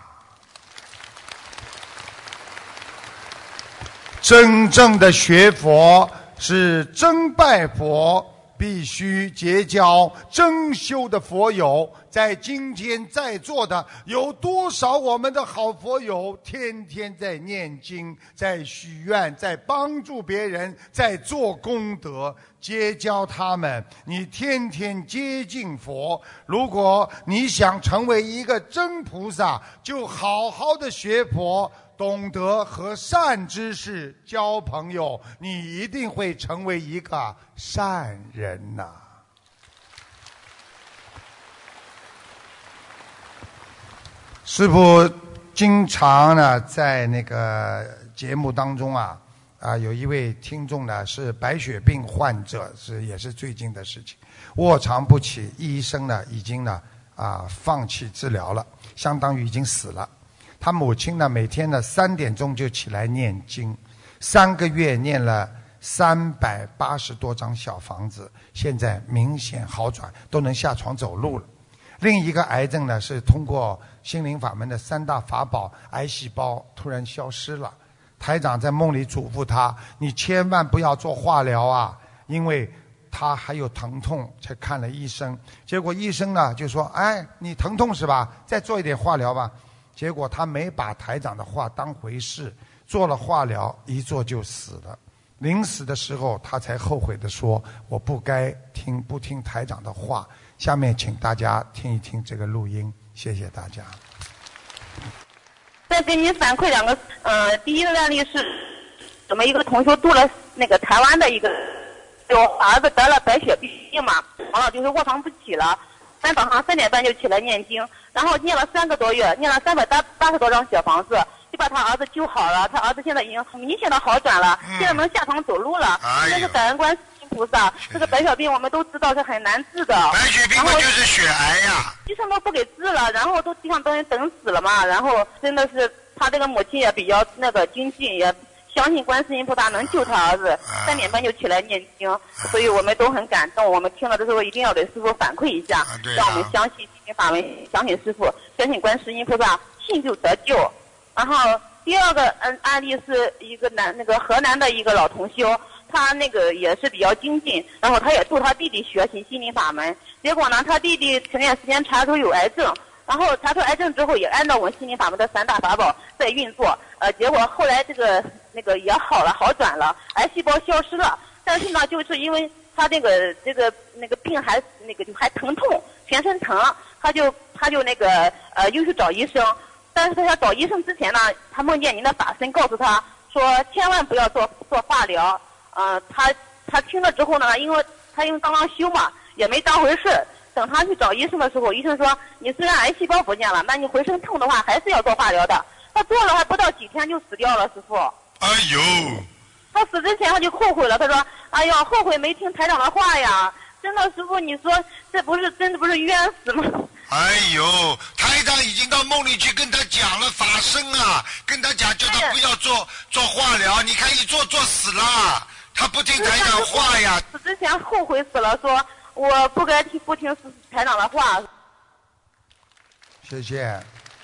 真正的学佛是真拜佛， 必须结交真修的佛友。在今天在座的有多少我们的好佛友，天天在念经，在许愿，在帮助别人，在做功德，结交他们，你天天接近佛。如果你想成为一个真菩萨，就好好的学佛，懂得和善知识交朋友，你一定会成为一个善人呐、啊。师父经常呢在那个节目当中啊啊有一位听众呢是白血病患者，是也是最近的事情，卧床不起，医生呢已经呢啊放弃治疗了，相当于已经死了。他母亲呢每天呢三点钟就起来念经，三个月念了三百八十多张小房子，现在明显好转，都能下床走路了。另一个癌症呢是通过心灵法门的三大法宝，癌细胞突然消失了。台长在梦里嘱咐他，你千万不要做化疗啊，因为他还有疼痛，才看了医生。结果医生呢就说，哎，你疼痛是吧，再做一点化疗吧。结果他没把台长的话当回事，做了化疗，一做就死了。临死的时候他才后悔地说，我不该听不听台长的话。下面请大家听一听这个录音，谢谢大家。 再给你反馈两个，呃，第一个案例是，我们一个同学度了那个台湾的一个，有儿子得了白血病嘛，完了就是卧床不起了，但早上三点半就起来念经，然后念了三个多月，念了三百八八十多张小房子，就把他儿子救好了。他儿子现在已经很明显的好转了，现在能下床走路了。 哎、 这是感恩观世音菩萨。这个白血病我们都知道是很难治的。 白血病不就是血癌呀？ 医生都不给治了，然后都地上等人等死了嘛。然后真的是他这个母亲也比较那个精进，也相信观世音菩萨能救他儿子，三点半就起来念经，所以我们都很感动。我们听了的时候一定要给师父反馈一下，让我们相信心灵法门，相信师父，相信观世音菩萨，信就得救。然后第二个嗯案例是一个南那个河南的一个老同修，他那个也是比较精进，然后他也助他弟弟学习心灵法门。结果呢，他弟弟前段时间查出有癌症，然后查出癌症之后，也按照我们心灵法门的三大法宝在运作。呃，结果后来这个那个也好了，好转了，癌细胞消失了。但是呢，就是因为他这个这个那个病还那个就还疼痛，全身疼，他就他就那个呃又去找医生。但是他找医生之前呢，他梦见您的法身告诉他说，千万不要做做化疗。呃，他他听了之后呢，因为他因为刚刚修嘛，也没当回事。等他去找医生的时候，医生说，你虽然癌细胞不见了，那你浑身痛的话，还是要做化疗的。他做了还不到几天就死掉了，师傅。 哎呦！ 他死之前他就后悔了，他说，哎呀，后悔没听台长的话呀。真的，师傅，你说这不是真的不是冤死吗？ 哎呦，台长已经到梦里去跟他讲了法身啊，跟他讲叫他不要做做化疗，你看一做做死了，他不听台长话呀。 死之前后悔死了，说我不该听不听台长的话。 谢谢。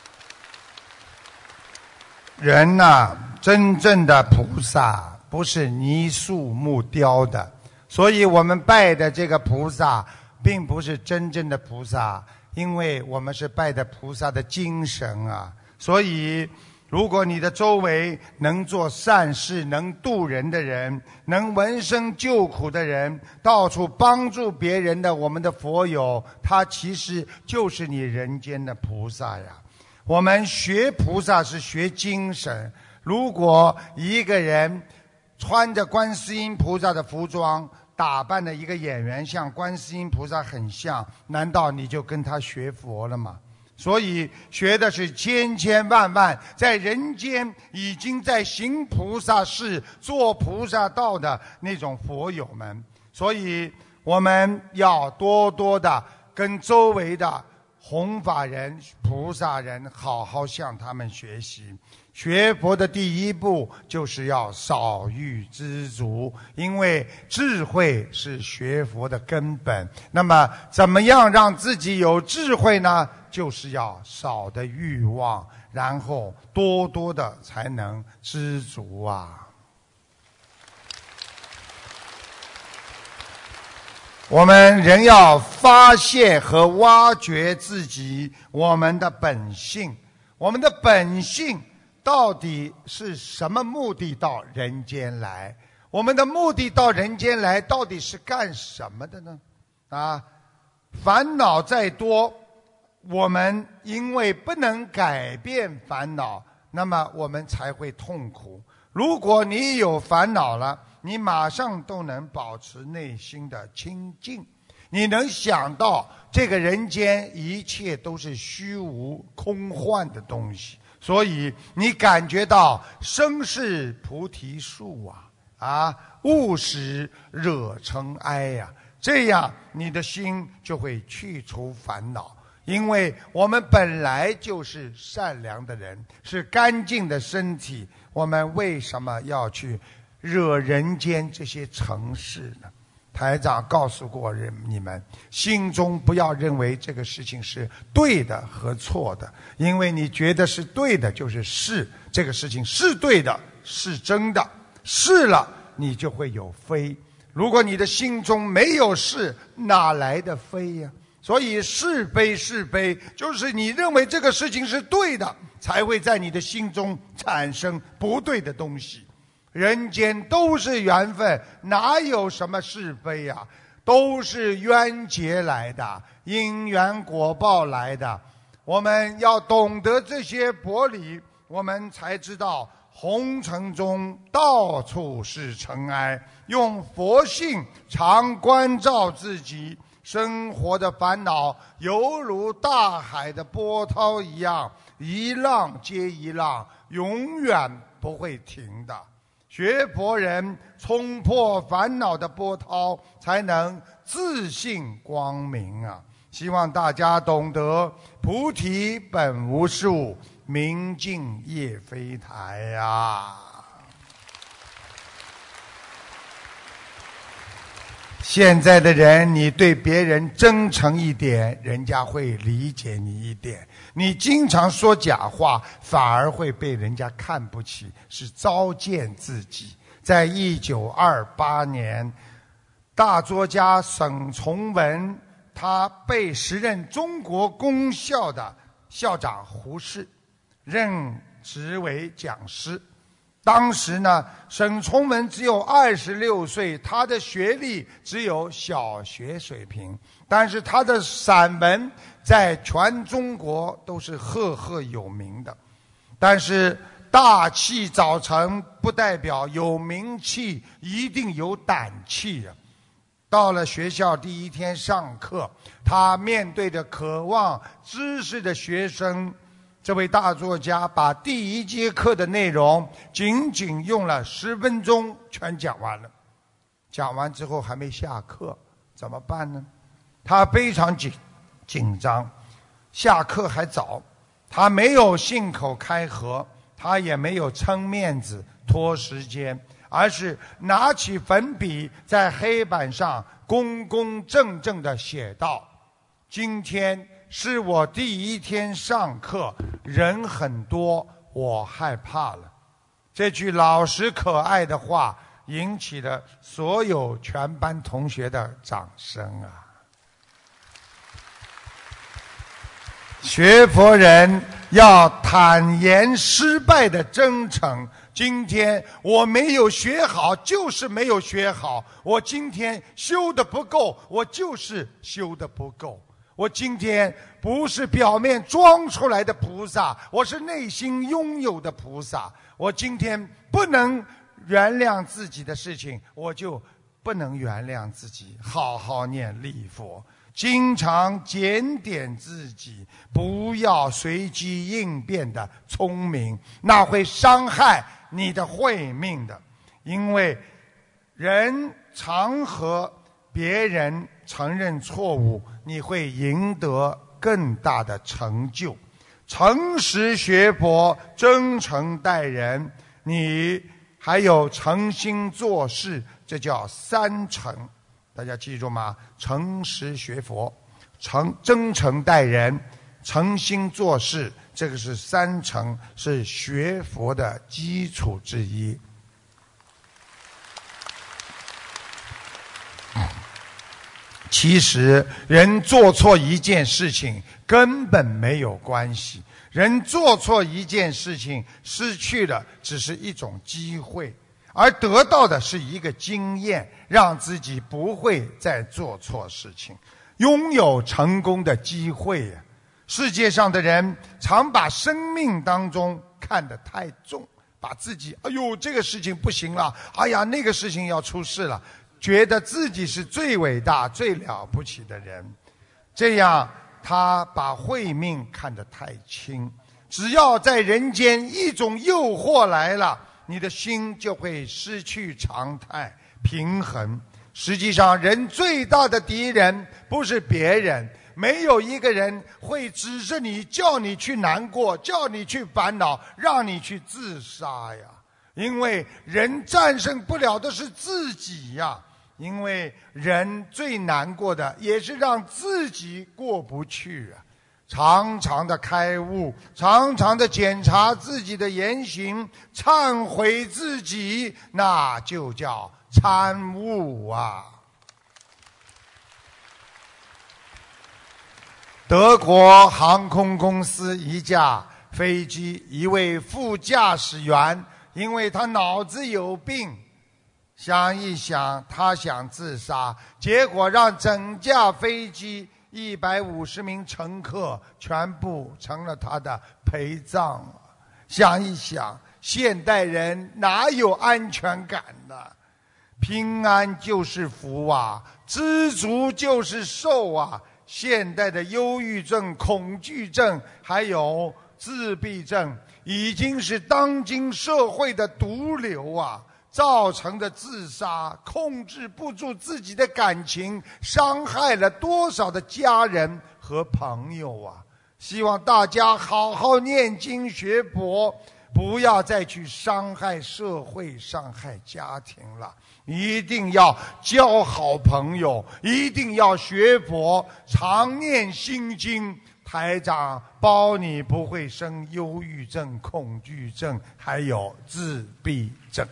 人呐、啊，真正的菩萨不是泥塑木雕的，所以我们拜的这个菩萨并不是真正的菩萨，因为我们是拜的菩萨的精神啊。所以如果你的周围能做善事，能度人的人，能闻声救苦的人，到处帮助别人的我们的佛友，他其实就是你人间的菩萨呀。我们学菩萨是学精神，如果一个人穿着观世音菩萨的服装，打扮的一个演员像观世音菩萨很像，难道你就跟他学佛了吗？所以学的是千千万万在人间已经在行菩萨事做菩萨道的那种佛友们，所以我们要多多的跟周围的弘法人菩萨人好好向他们学习。学佛的第一步就是要少欲知足，因为智慧是学佛的根本。那么怎么样让自己有智慧呢？就是要少的欲望，然后多多的才能知足啊。 我们人要发现和挖掘自己我们的本性，我们的本性到底是什么目的到人间来？我们的目的到人间来到底是干什么的呢？啊，烦恼再多，我们因为不能改变烦恼，那么我们才会痛苦。如果你有烦恼了，你马上都能保持内心的清净，你能想到这个人间一切都是虚无空幻的东西，所以你感觉到生是菩提树啊，啊，勿使惹尘埃呀、啊，这样你的心就会去除烦恼。因为我们本来就是善良的人，是干净的身体，我们为什么要去惹人间这些尘事呢？台长告诉过人你们，心中不要认为这个事情是对的和错的，因为你觉得是对的就是是，这个事情是对的，是真的，是了你就会有非。如果你的心中没有是，哪来的非呀？所以是非是非，就是你认为这个事情是对的，才会在你的心中产生不对的东西。人间都是缘分，哪有什么是非呀、啊？都是缘结来的，因缘果报来的。我们要懂得这些薄理，我们才知道红尘中到处是尘埃，用佛性常关照自己。生活的烦恼犹如大海的波涛一样，一浪接一浪，永远不会停的。学佛人冲破烦恼的波涛，才能自信光明啊！希望大家懂得菩提本无树，明镜亦非台呀、啊。现在的人，你对别人真诚一点，人家会理解你一点。你经常说假话，反而会被人家看不起，是糟践自己。在一九二八年，大作家沈从文，他被时任中国公校的校长胡适任职为讲师。当时呢，沈从文只有二十六岁，他的学历只有小学水平，但是他的散文在全中国都是赫赫有名的。但是大器早成不代表有名气一定有胆气啊。到了学校第一天上课，他面对着渴望知识的学生，这位大作家把第一节课的内容仅仅用了十分钟全讲完了。讲完之后还没下课，怎么办呢？他非常紧紧张，下课还早，他没有信口开河，他也没有撑面子拖时间，而是拿起粉笔在黑板上公公正正地写道：今天是我第一天上课，人很多，我害怕了。这句老实可爱的话引起了所有全班同学的掌声啊！学佛人要坦言失败的真诚。今天我没有学好，就是没有学好。我今天修得不够，我就是修得不够。我今天不是表面装出来的菩萨，我是内心拥有的菩萨。我今天不能原谅自己的事情，我就不能原谅自己，好好念礼佛，经常检点自己，不要随机应变的聪明，那会伤害你的慧命的。因为人常和别人承认错误，你会赢得更大的成就。诚实学佛，真诚待人，你还有诚心做事，这叫三诚。大家记住吗？诚实学佛，诚真诚待人，诚心做事，这个是三诚，是学佛的基础之一。 其实人做错一件事情根本没有关系，人做错一件事情失去的只是一种机会，而得到的是一个经验，让自己不会再做错事情，拥有成功的机会呀。世界上的人常把生命当中看得太重，把自己哎呦这个事情不行了，哎呀那个事情要出事了，觉得自己是最伟大最了不起的人，这样他把慧命看得太轻。只要在人间一种诱惑来了，你的心就会失去常态平衡。实际上人最大的敌人不是别人，没有一个人会指着你叫你去难过，叫你去烦恼，让你去自杀呀。因为人战胜不了的是自己呀，因为人最难过的也是让自己过不去啊。常常的开悟，常常的检查自己的言行，忏悔自己，那就叫参悟啊。德国航空公司一架飞机，一位副驾驶员因为他脑子有病，想一想他想自杀，结果让整架飞机一百五十名乘客全部成了他的陪葬。想一想，现代人哪有安全感呢？平安就是福啊，知足就是寿啊。现代的忧郁症、恐惧症还有自闭症已经是当今社会的毒瘤啊，造成的自杀，控制不住自己的感情，伤害了多少的家人和朋友啊。希望大家好好念经学佛，不要再去伤害社会伤害家庭了，一定要交好朋友，一定要学佛，常念心经，台长包你不会生忧郁症、恐惧症还有自闭症。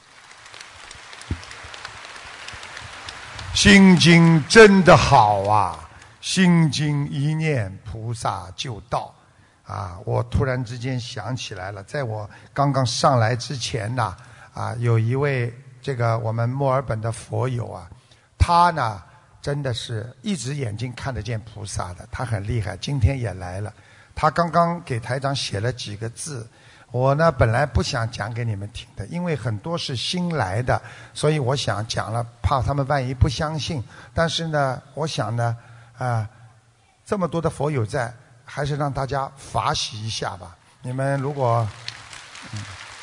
心经真的好啊，心经一念菩萨就到啊！我突然之间想起来了，在我刚刚上来之前呢，啊，有一位这个我们墨尔本的佛友啊，他呢真的是一直眼睛看得见菩萨的，他很厉害，今天也来了。他刚刚给台长写了几个字，我呢本来不想讲给你们听的，因为很多是新来的，所以我想讲了，怕他们万一不相信。但是呢，我想呢，啊、呃，这么多的佛友在，还是让大家法喜一下吧。你们如果，嗯，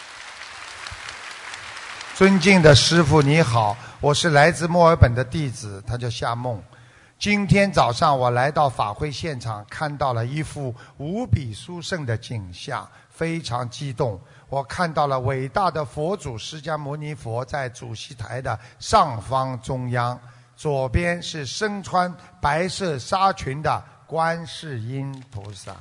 尊敬的师父你好，我是来自墨尔本的弟子，他叫夏梦。今天早上我来到法会现场，看到了一幅无比殊胜的景象，非常激动。我看到了伟大的佛祖释迦牟尼佛在主席台的上方中央，左边是身穿白色纱裙的观世音菩萨。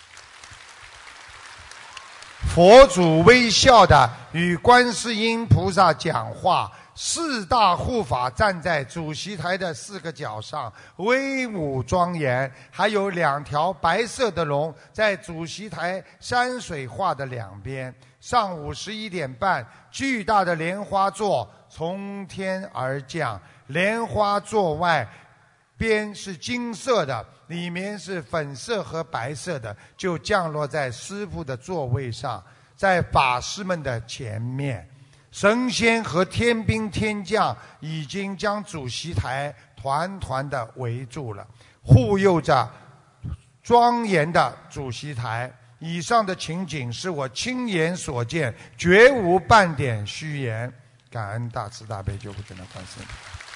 佛祖微笑的与观世音菩萨讲话，四大护法站在主席台的四个角上，威武庄严。还有两条白色的龙在主席台山水画的两边。上午十一点半，巨大的莲花座从天而降，莲花座外边是金色的，里面是粉色和白色的，就降落在师父的座位上，在法师们的前面。神仙和天兵天将已经将主席台团团的围住了，护佑着庄严的主席台。以上的情景是我亲眼所见，绝无半点虚言。感恩大慈大悲救苦救难观世音。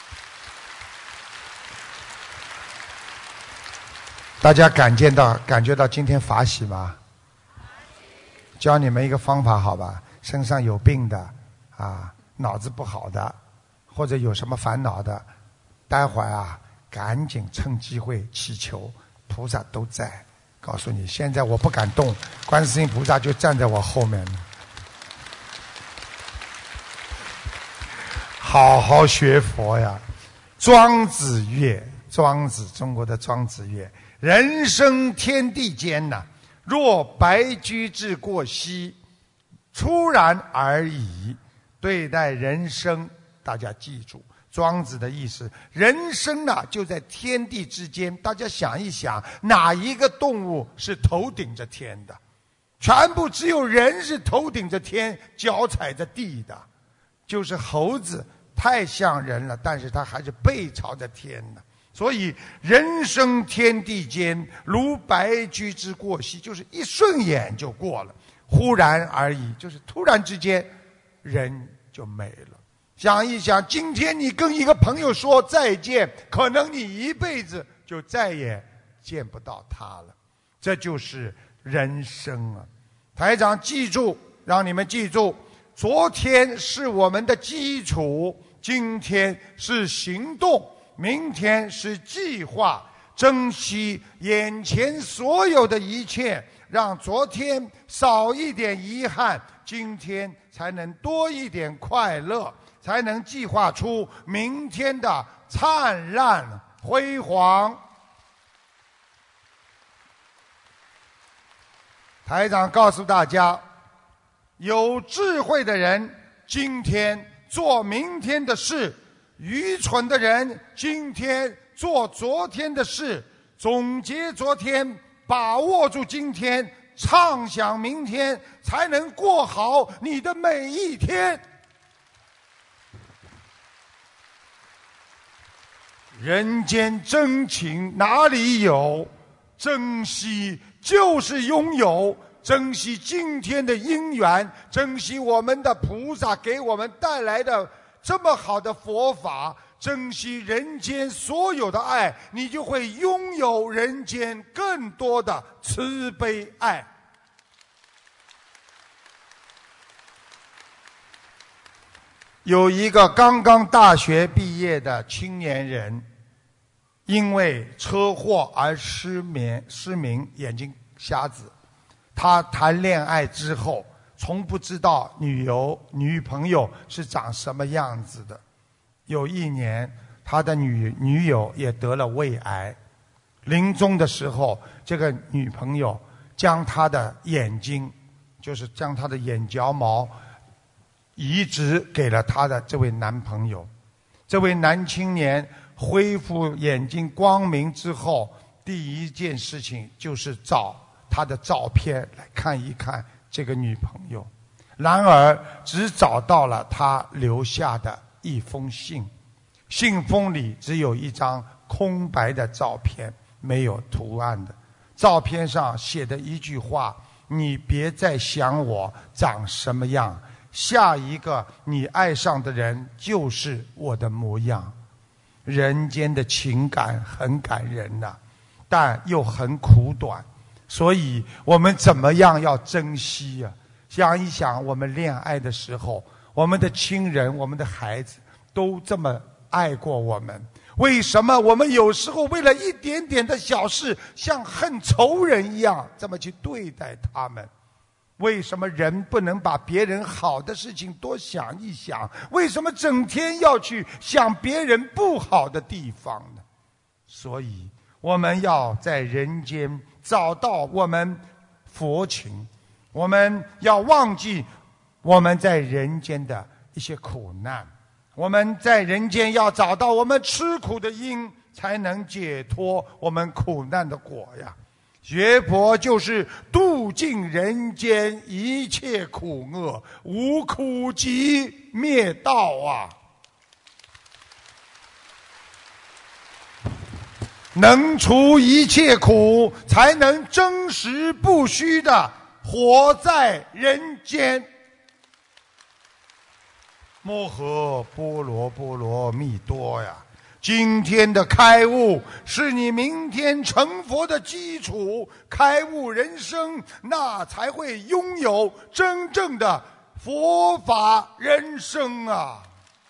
大家感见到感觉到今天法喜吗？教你们一个方法好吧，身上有病的啊，脑子不好的，或者有什么烦恼的，待会儿啊，赶紧趁机会祈求，菩萨都在。告诉你，现在我不敢动，观世音菩萨就站在我后面了。好好学佛呀！庄子曰：“ 庄子，中国的庄子曰：“人生天地间呐、啊，若白驹之过隙，突然而已。”对待人生，大家记住，庄子的意思，人生啊就在天地之间。大家想一想，哪一个动物是头顶着天的？全部只有人是头顶着天，脚踩着地的。就是猴子，太像人了，但是它还是背朝着天的。所以人生天地间，如白驹之过隙，就是一瞬眼就过了，忽然而已，就是突然之间人就没了。想一想，今天你跟一个朋友说再见，可能你一辈子就再也见不到他了。这就是人生啊！台长记住，让你们记住，昨天是我们的基础，今天是行动，明天是计划。珍惜眼前所有的一切，让昨天少一点遗憾，今天才能多一点快乐，才能计划出明天的灿烂辉煌。台长告诉大家，有智慧的人今天做明天的事，愚蠢的人今天做昨天的事。总结昨天，把握住今天，畅想明天，才能过好你的每一天。人间真情哪里有？珍惜就是拥有，珍惜今天的因缘，珍惜我们的菩萨给我们带来的这么好的佛法，珍惜人间所有的爱，你就会拥有人间更多的慈悲爱。有一个刚刚大学毕业的青年人，因为车祸而失眠失明，眼睛瞎子。他谈恋爱之后，从不知道女友女朋友是长什么样子的。有一年，他的女女友也得了胃癌，临终的时候，这个女朋友将他的眼睛，就是将他的眼角毛移植给了他的这位男朋友。这位男青年恢复眼睛光明之后，第一件事情就是找他的照片来看一看这个女朋友。然而只找到了他留下的一封信，信封里只有一张空白的照片，没有图案的。照片上写的一句话：你别再想我长什么样，下一个你爱上的人就是我的模样。人间的情感很感人呐、啊，但又很苦短，所以我们怎么样要珍惜呀、啊？想一想，我们恋爱的时候，我们的亲人、我们的孩子都这么爱过我们，为什么我们有时候为了一点点的小事，像恨仇人一样这么去对待他们？为什么人不能把别人好的事情多想一想？为什么整天要去想别人不好的地方呢？所以我们要在人间找到我们佛情，我们要忘记我们在人间的一些苦难，我们在人间要找到我们吃苦的因，才能解脱我们苦难的果呀。学佛就是度尽人间一切苦厄，无苦集灭道啊！能除一切苦，才能真实不虚的活在人间。摩诃般罗波罗蜜多呀！今天的开悟是你明天成佛的基础，开悟人生，那才会拥有真正的佛法人生啊！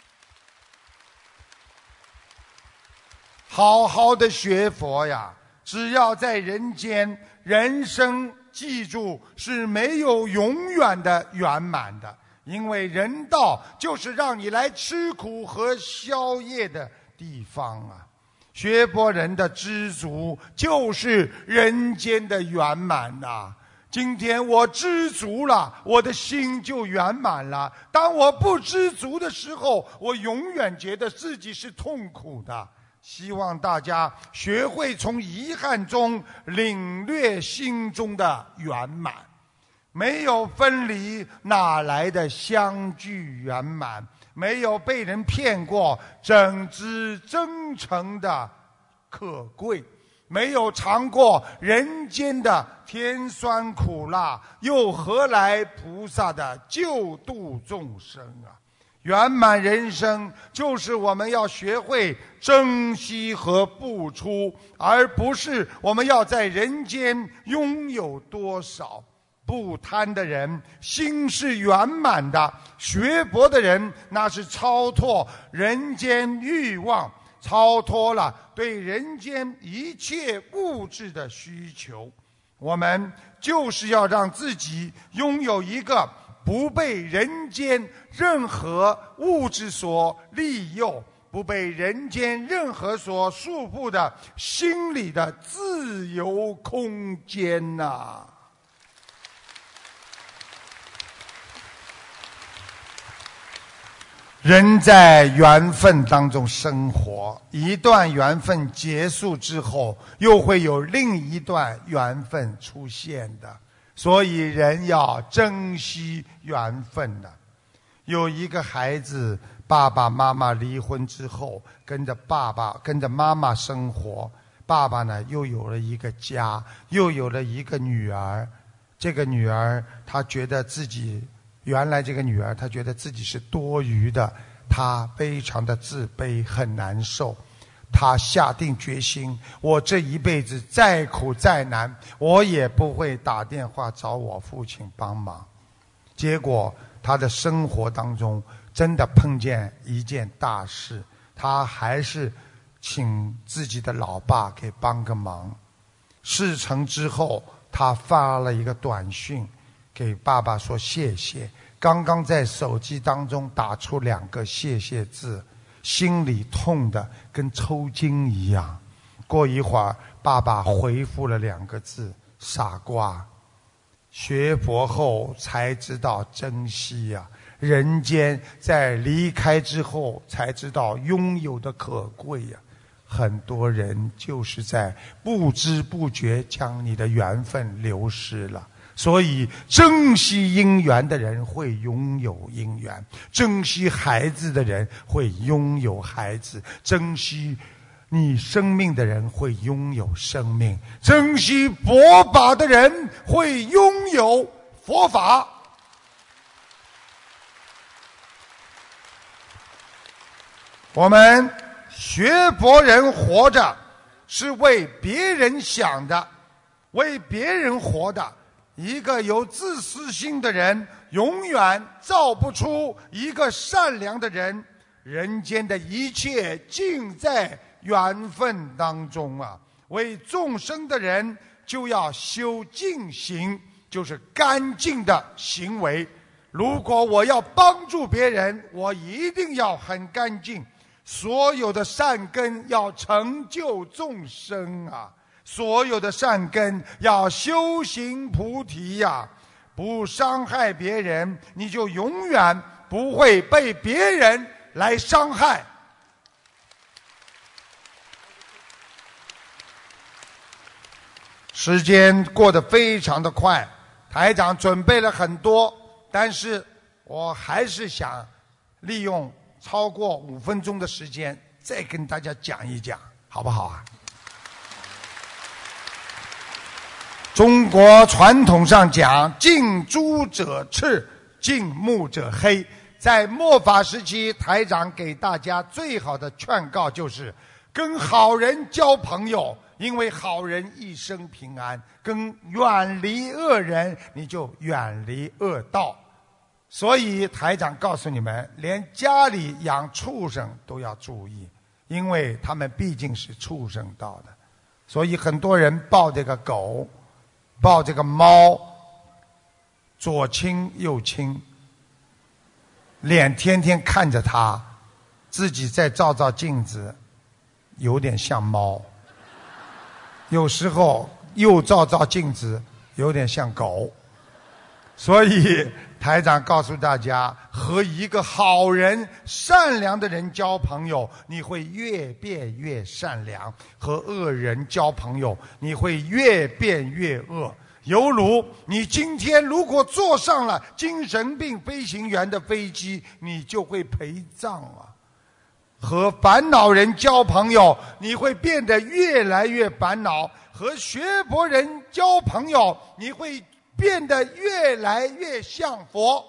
好好的学佛呀，只要在人间，人生记住是没有永远的圆满的，因为人道就是让你来吃苦和消业的地方啊！ 学佛人的知足就是人间的圆满呐、啊。今天我知足了，我的心就圆满了。当我不知足的时候，我永远觉得自己是痛苦的。希望大家学会从遗憾中领略心中的圆满。没有分离，哪来的相聚圆满？没有被人骗过，怎知真诚的可贵？没有尝过人间的甜酸苦辣，又何来菩萨的救度众生啊？圆满人生就是我们要学会珍惜和付出，而不是我们要在人间拥有多少。不贪的人心是圆满的，学佛的人那是超脱人间欲望，超脱了对人间一切物质的需求。我们就是要让自己拥有一个不被人间任何物质所利诱，不被人间任何所束缚的心理的自由空间呐、啊！人在缘分当中生活，一段缘分结束之后，又会有另一段缘分出现的，所以人要珍惜缘分的。有一个孩子，爸爸妈妈离婚之后，跟着爸爸跟着妈妈生活，爸爸呢又有了一个家，又有了一个女儿。这个女儿她觉得自己原来这个女儿她觉得自己是多余的，她非常的自卑，很难受。她下定决心，我这一辈子再苦再难，我也不会打电话找我父亲帮忙。结果她的生活当中真的碰见一件大事，她还是请自己的老爸给帮个忙。事成之后，她发了一个短讯给爸爸说谢谢，刚刚在手机当中打出两个谢谢字，心里痛的跟抽筋一样。过一会儿，爸爸回复了两个字：傻瓜。学佛后才知道珍惜呀、啊，人间在离开之后才知道拥有的可贵呀、啊。很多人就是在不知不觉将你的缘分流失了。所以珍惜姻缘的人会拥有姻缘，珍惜孩子的人会拥有孩子，珍惜你生命的人会拥有生命，珍惜佛法的人会拥有佛法。我们学佛人活着是为别人想的，为别人活的。一个有自私心的人永远造不出一个善良的人。人间的一切尽在缘分当中啊！为众生的人就要修净行，就是干净的行为。如果我要帮助别人，我一定要很干净。所有的善根要成就众生啊！所有的善根要修行菩提呀、啊！不伤害别人，你就永远不会被别人来伤害。时间过得非常的快，台长准备了很多，但是我还是想利用超过五分钟的时间再跟大家讲一讲，好不好啊？中国传统上讲，近朱者赤，近墨者黑。在末法时期，台长给大家最好的劝告就是跟好人交朋友，因为好人一生平安；跟远离恶人，你就远离恶道。所以台长告诉你们，连家里养畜生都要注意，因为他们毕竟是畜生道的。所以很多人抱这个狗，抱这个猫，左亲右亲，脸天天看着它，自己再照照镜子， 有点像猫，有时候又照照镜子有点像狗。所以台长告诉大家，和一个好人善良的人交朋友，你会越变越善良；和恶人交朋友，你会越变越恶。犹如你今天如果坐上了精神病飞行员的飞机，你就会陪葬啊。和烦恼人交朋友，你会变得越来越烦恼；和学佛人交朋友，你会变得越来越像佛。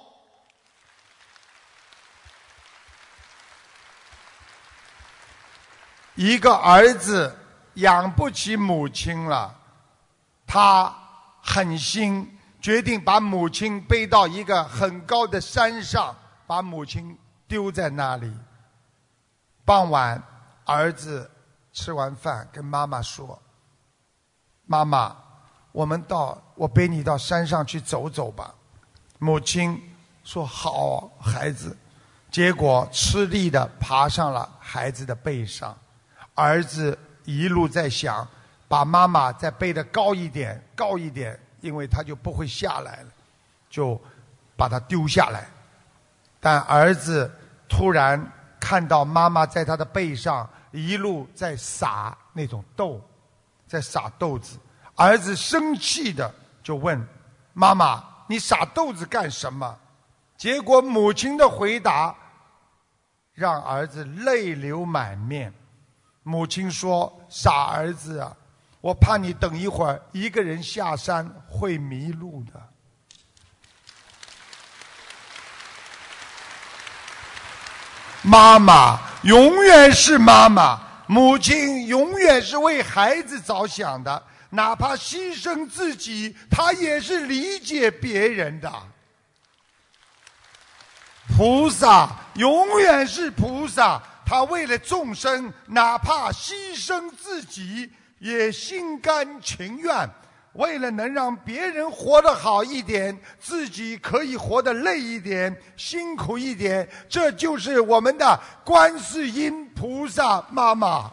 一个儿子养不起母亲了，他狠心决定把母亲背到一个很高的山上，把母亲丢在那里。傍晚，儿子吃完饭跟妈妈说：“妈妈，我们到我背你到山上去走走吧。”母亲说：“好，孩子。”结果吃力地爬上了孩子的背上。儿子一路在想，把妈妈再背得高一点，高一点，因为他就不会下来了，就把他丢下来。但儿子突然看到妈妈在他的背上一路在撒那种豆，在撒豆子。儿子生气的就问妈妈：“你撒豆子干什么？”结果母亲的回答让儿子泪流满面。母亲说：“傻儿子啊，我怕你等一会儿一个人下山会迷路的。”妈妈永远是妈妈，母亲永远是为孩子着想的，哪怕牺牲自己，她也是理解别人的。菩萨永远是菩萨，他为了众生，哪怕牺牲自己也心甘情愿，为了能让别人活得好一点，自己可以活得累一点，辛苦一点。这就是我们的观世音菩萨妈妈。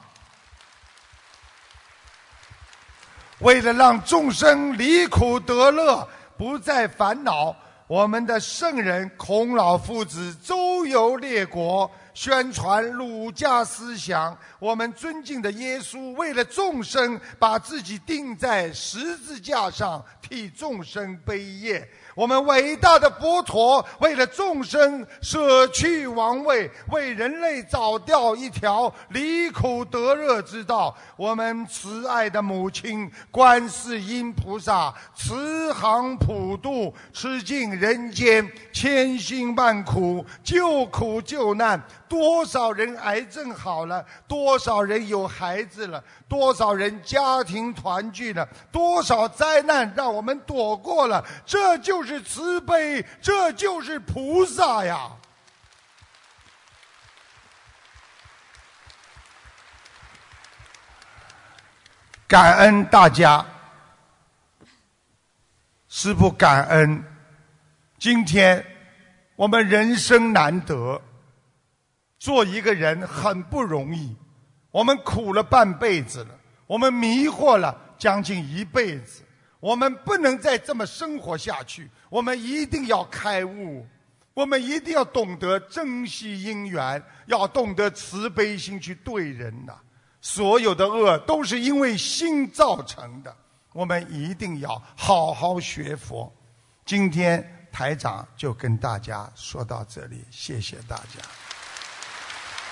为了让众生离苦得乐，不再烦恼，我们的圣人孔老夫子周游列国，宣传儒家思想。我们尊敬的耶稣为了众生，把自己钉在十字架上，替众生背业。我们伟大的佛陀为了众生舍去王位，为人类找到一条离苦得乐之道。我们慈爱的母亲观世音菩萨慈航普渡，吃尽人间千辛万苦，救苦救难。多少人癌症好了，多少人有孩子了，多少人家庭团聚了，多少灾难让我们躲过了。这就是慈悲，这就是菩萨呀！感恩大家，师父感恩。今天我们人生难得，做一个人很不容易，我们苦了半辈子了，我们迷惑了将近一辈子，我们不能再这么生活下去，我们一定要开悟，我们一定要懂得珍惜因缘，要懂得慈悲心去对人呐、啊。所有的恶都是因为心造成的，我们一定要好好学佛。今天台长就跟大家说到这里，谢谢大家。